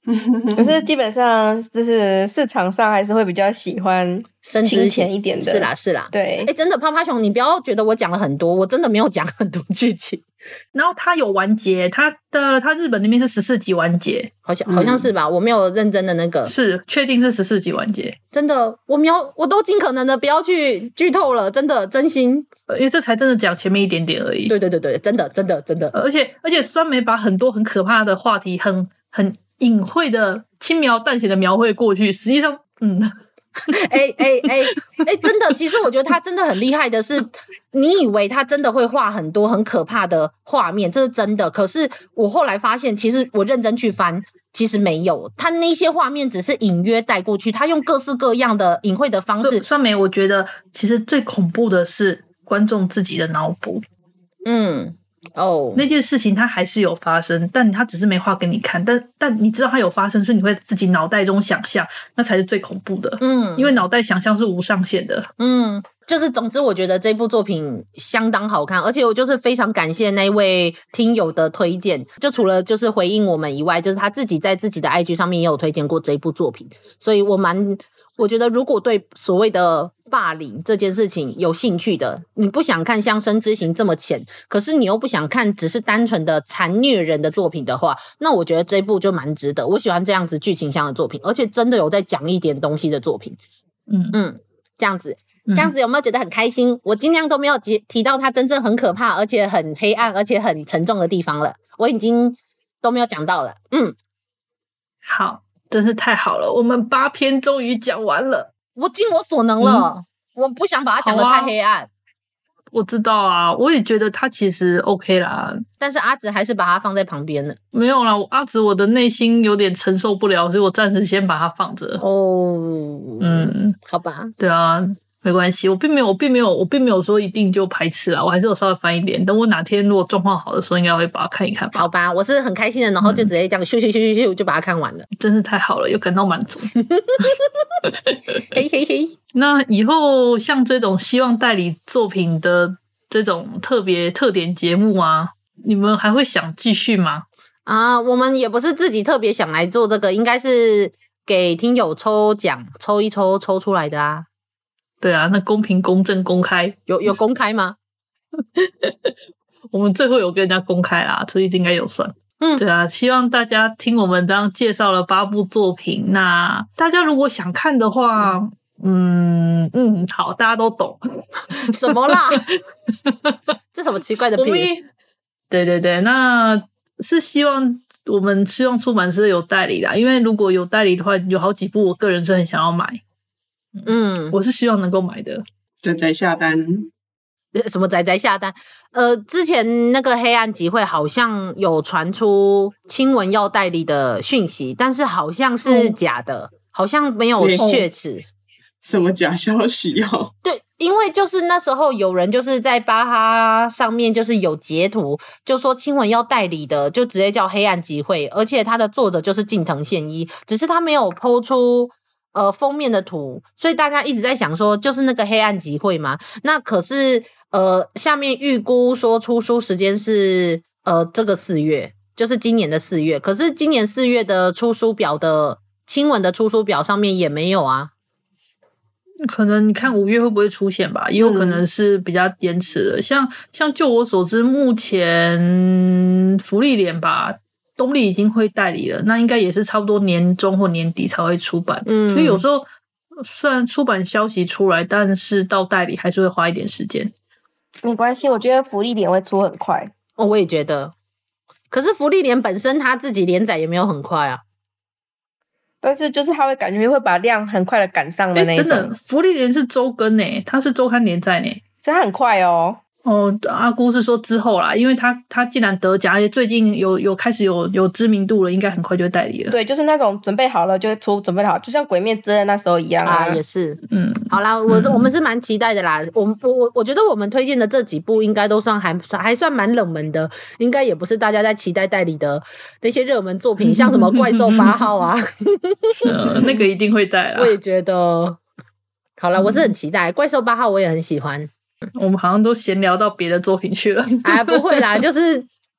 可是基本上就是市场上还是会比较喜欢清浅一点的， 是啦是啦， 对。 哎、欸，真的趴趴熊，你不要觉得我讲了很多，我真的没有讲很多剧情。 然后它有完结，它的它日本那边是十四集完结， 好像好像是吧、嗯？我没有认真的那个， 是确定是十四集完结。 真的，我瞄我都尽可能的不要去剧透了，真的真心， 因为这才真的讲前面一点点而已。 对对对对，真的真的真的， 而且而且酸梅把很多很可怕的话题很很隐晦的轻描淡写的描绘过去，实际上嗯。 哎哎哎哎，真的，其实我觉得他真的很厉害的是，你以为他真的会画很多很可怕的画面，这是真的。可是我后来发现，其实我认真去翻，其实没有，他那些画面只是隐约带过去，他用各式各样的隐晦的方式。 酸梅，我觉得其实最恐怖的是观众自己的脑补。 嗯。哦、oh ， 那件事情它还是有发生，但它只是没画给你看，但但你知道它有发生，所以你会自己脑袋中想象，那才是最恐怖的。嗯，因为脑袋想象是无上限的。 嗯，就是总之，我觉得这部作品相当好看，而且我就是非常感谢那位听友的推荐。就除了就是回应我们以外，就是他自己在自己的 I G 上面也有推荐过这一部作品，所以我蛮。我觉得如果对所谓的霸凌这件事情有兴趣的，你不想看像《生之行》这么浅，可是你又不想看只是单纯的残虐人的作品的话，那我觉得这一部就蛮值得。我喜欢这样子剧情向的作品，而且真的有在讲一点东西的作品。嗯嗯，这样子这样子有没有觉得很开心？我尽量都没有提提到它真正很可怕而且很黑暗而且很沉重的地方了，我已经都没有讲到了。嗯， 好，真是太好了，我们八篇终于讲完了， 我尽我所能了、嗯、我不想把它讲得太黑暗、啊、 我知道啊，我也觉得它其实 OK 啦， 但是阿紫还是把它放在旁边了。 没有啦，阿紫我的内心有点承受不了，所以我暂时先把它放着。 哦， 嗯， 好吧， 对啊，没关系，我并没有，我并没有，我并没有说一定就排斥啦，我还是有稍微翻一点。等我哪天如果状况好的时候，应该会把它看一看吧。 好吧，我是很开心的，然后就直接这样咻咻咻咻咻就把它看完了， 真是太好了，又感到满足。 嘿嘿嘿。 那以后像这种希望代理作品的这种特别特点节目啊，你们还会想继续吗？ 啊，我们也不是自己特别想来做这个，应该是给听友抽奖，抽一抽抽出来的啊。 对啊，那公平公正公开有有公开吗？ 我们最后有跟人家公开啦，所以应该有算。嗯，对啊，希望大家听我们这样介绍了八部作品，那大家如果想看的话，嗯嗯，好，大家都懂什么啦？这什么奇怪的评语？ 对对对，那是希望我们希望出版社有代理啦，因为如果有代理的话，有好几部我个人是很想要买。嗯，我是希望能够买的。 仔仔下单， 什么仔仔下单？呃，之前那个黑暗集会好像有传出亲文要代理的讯息，但是好像是假的，嗯、好像没有确齿。 什么假消息哦？ 对，因为就是那时候有人就是在巴哈上面就是有截图，就说亲文要代理的，就直接叫黑暗集会，而且他的作者就是近藤宪一，只是他没有po出。呃，封面的图，所以大家一直在想说，就是那个黑暗集会嘛。那可是呃，下面预估说出书时间是呃这个四月，就是今年的四月。可是今年四月的出书表的亲文的出书表上面也没有啊。 可能你看五月会不会出现吧？也有可能是比较延迟的。嗯、像像就我所知，目前福利连吧。东立已经会代理了，那应该也是差不多年中或年底才会出版。嗯，所以有时候虽然出版消息出来，但是到代理还是会花一点时间。 没关系，我觉得福利连会出很快。 哦，我也觉得。可是福利连本身他自己连载也没有很快啊。 但是就是他会感觉会把量很快的赶上的那种。 真的，福利连是周更诶，它是周刊连载呢， 所以它很快哦。 哦，阿姑是说之后啦，因为他他既然得奖，而且最近有有开始有有知名度了，应该很快就会代理了。 对，就是那种准备好了就会出，准备好，就像《鬼灭之刃》那时候一样啊。 啊也是，嗯，好啦，我、嗯、我们是蛮期待的啦。我我我觉得我们推荐的这几部应该都算还还算蛮冷门的，应该也不是大家在期待代理的那些热门作品，像什么《怪兽八号》啊， 呃，那个一定会带啦。 我也觉得。好啦，我是很期待《怪兽八号》，我也很喜欢。 我们好像都闲聊到别的作品去了。 哎，不会啦，就是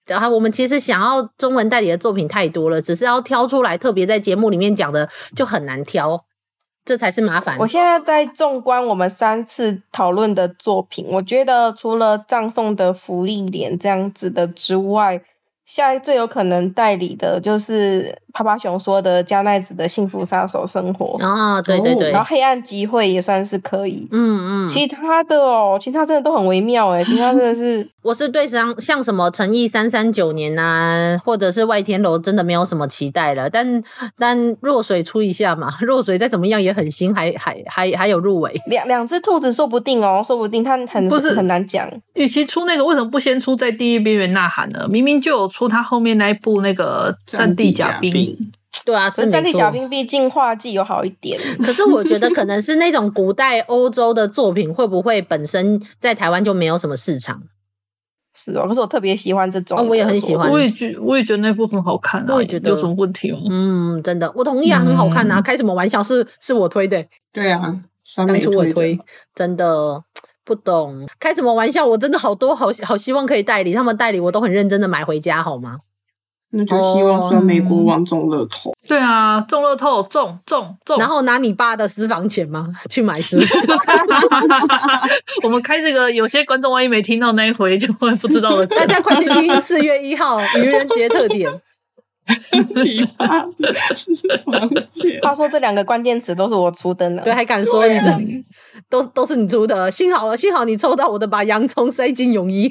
然后我们其实想要中文代理的作品太多了，只是要挑出来特别在节目里面讲的就很难挑，这才是麻烦。 我现在在纵观我们三次讨论的作品，我觉得除了葬送的芙莉莲这样子的之外，下一最有可能代理的就是趴趴熊说的加奈子的幸福杀手生活啊，对对对， 然后黑暗集会也算是可以， 嗯嗯， 其他的哦，其他真的都很微妙诶，其他真的是我是对像像什么诚意三三九年啊，或者是外天楼真的没有什么期待了，但但弱水出一下嘛，弱水再怎么样也很新，还还还还有入围两两只兔子，说不定哦，说不定它很很难讲。 与其出那个，为什么不先出在地狱边缘呐喊呢？明明就有出他后面那一部那个战地甲兵。 对啊，是没错。 战地甲兵毕竟画技有好一点， 可是我觉得可能是那种古代欧洲的作品，会不会本身在台湾就没有什么市场？ 是哦，可是我特别喜欢这种、 哦，我也很喜欢。 我也觉我也觉得那部很好看啊， 我也觉得有什么问题吗？ 嗯，真的，我同意啊，很好看啊，嗯、开什么玩笑？是是我推的、欸。 对啊， 当初我推，真的不懂开什么玩笑。我真的好多好好希望可以代理，他们代理我都很认真的买回家，好吗？ 那就希望说美国王中乐透、哦。 对啊，中乐透中中中， 然后拿你爸的私房钱吗？去买书。 我们开这个，有些观众万一没听到那一回，就会不知道了。 大家快去听四月一号愚人节特点。 你爸的私房钱。 话说这两个关键词都是我出的呢。 对，还敢说你这都都是你出的，幸好幸好你抽到我的，把洋葱塞进泳衣。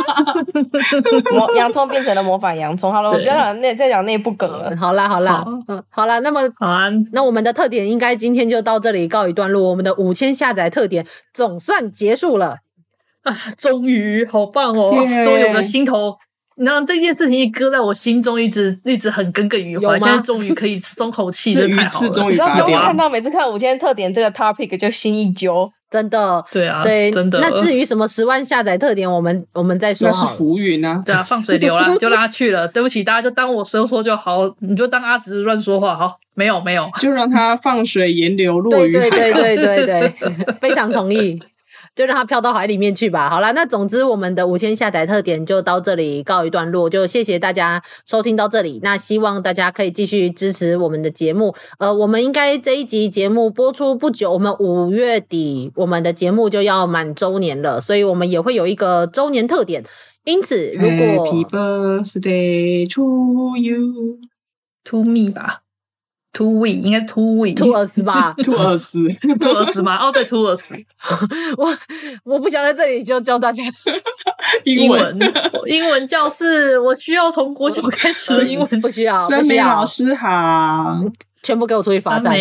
洋葱变成了魔法洋葱。好了，我不要讲内再讲内部梗了。 好啦好啦，好嗯，好啦，那么好啊， 那我们的特点应该今天就到这里告一段落，我们的五千下载特点总算结束了啊！终于，好棒哦，终于有个心头。然后这件事情一搁在我心中，一直一直很耿耿于怀。现在终于可以松口气，这太好了。 终于你知道，不用看到每次看五千特点这个 topic 就心一揪， 真的。 对啊， 对， 真的。 那至于什么十万下载特点，我们我们再说好了。 那是浮云啊， 对啊，放水流啦，就让他去了。对不起，大家就当我说说就好，你就当阿直乱说话好。没有没有， 就让他放水沿流落于海。 对对对对对对，非常同意。就让它飘到海里面去吧。好啦，那总之我们的五千下载特点就到这里告一段落，就谢谢大家收听到这里。那希望大家可以继续支持我们的节目。呃，我们应该这一集节目播出不久，我们五月底我们的节目就要满周年了，所以我们也会有一个周年特点。因此，如果 Happy birthday to you to me 吧。To we 应该 to we to us 吧 to us to us 吗？哦，对 to us 我我不想在这里就教大家英文英文教室，我需要从国小开始的英文， 不需要， 酸梅老师好， 全部给我出去罚站，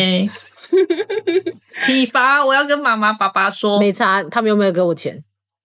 体罚，我要跟妈妈爸爸说， 没差，他们有没有给我钱？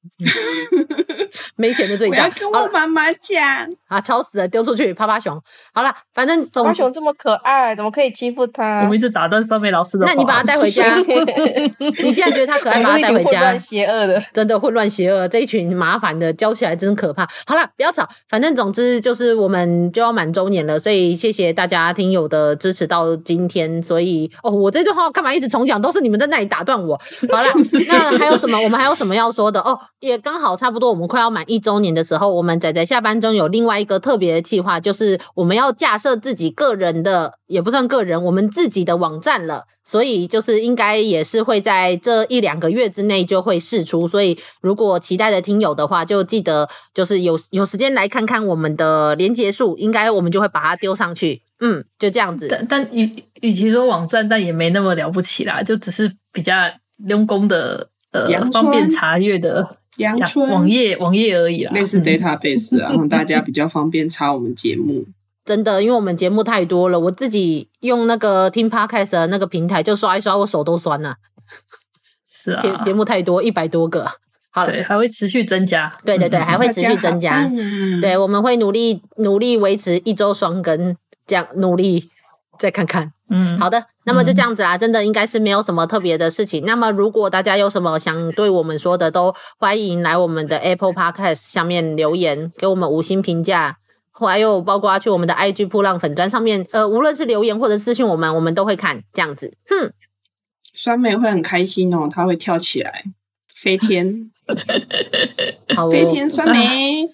没钱的最大， 我要跟我妈妈讲啊！吵死了，丢出去，趴趴熊。好了，反正总趴熊这么可爱，怎么可以欺负他？ 我们一直打断酸梅老师的话。 那你把他带回家。你既然觉得他可爱，把他带回家。 混乱邪恶的， 真的混乱邪恶，这一群麻烦的，教起来真可怕。好了，不要吵，反正总之就是我们就要满周年了，所以谢谢大家听友的支持到今天。所以哦，我这段话干嘛一直重讲？都是你们在那里打断我。好了，那还有什么？我们还有什么要说的？哦，也刚好差不多，我们快要满一周年的时候，我们仔仔下班中有另外一个特别的计划，就是我们要架设自己个人的，也不算个人，我们自己的网站了。所以就是应该也是会在这一两个月之内就会释出，所以如果期待的听友的话，就记得就是有有时间来看看我们的连结数，应该我们就会把它丢上去。嗯，就这样子。 但但与与其说网站，但也没那么了不起啦，就只是比较用功的呃方便查阅的阳春网页网页而已啦， 类似 database 啊，让大家比较方便查我们节目。 真的，因为我们节目太多了，我自己用那个听 podcast 的那个平台就刷一刷，我手都酸了。 是啊， 节节目太多，一百多个。好了， 对，还会持续增加。 对对对，还会持续增加。 嗯、 对，我们会努力努力维持一周双更，这样努力再看看。 嗯， 好的，那么就这样子啦，真的应该是没有什么特别的事情。那么如果大家有什么想对我们说的，都欢迎来我们的 Apple Podcast 下面留言，给我们五星评价。还有包括去我们的 I G 噗浪粉专上面，呃，无论是留言或者私讯我们，我们都会看，这样子。哼， 酸梅会很开心哦，他会跳起来飞天， 好哦， 飞天酸梅。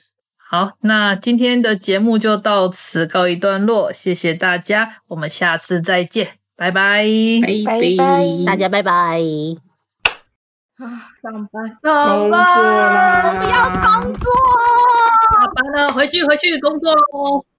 好，那今天的节目就到此告一段落，谢谢大家，我们下次再见，拜拜， 拜拜大家拜拜。 啊，上班， 工作啦， 我不要工作。 下班了，回去回去工作喽。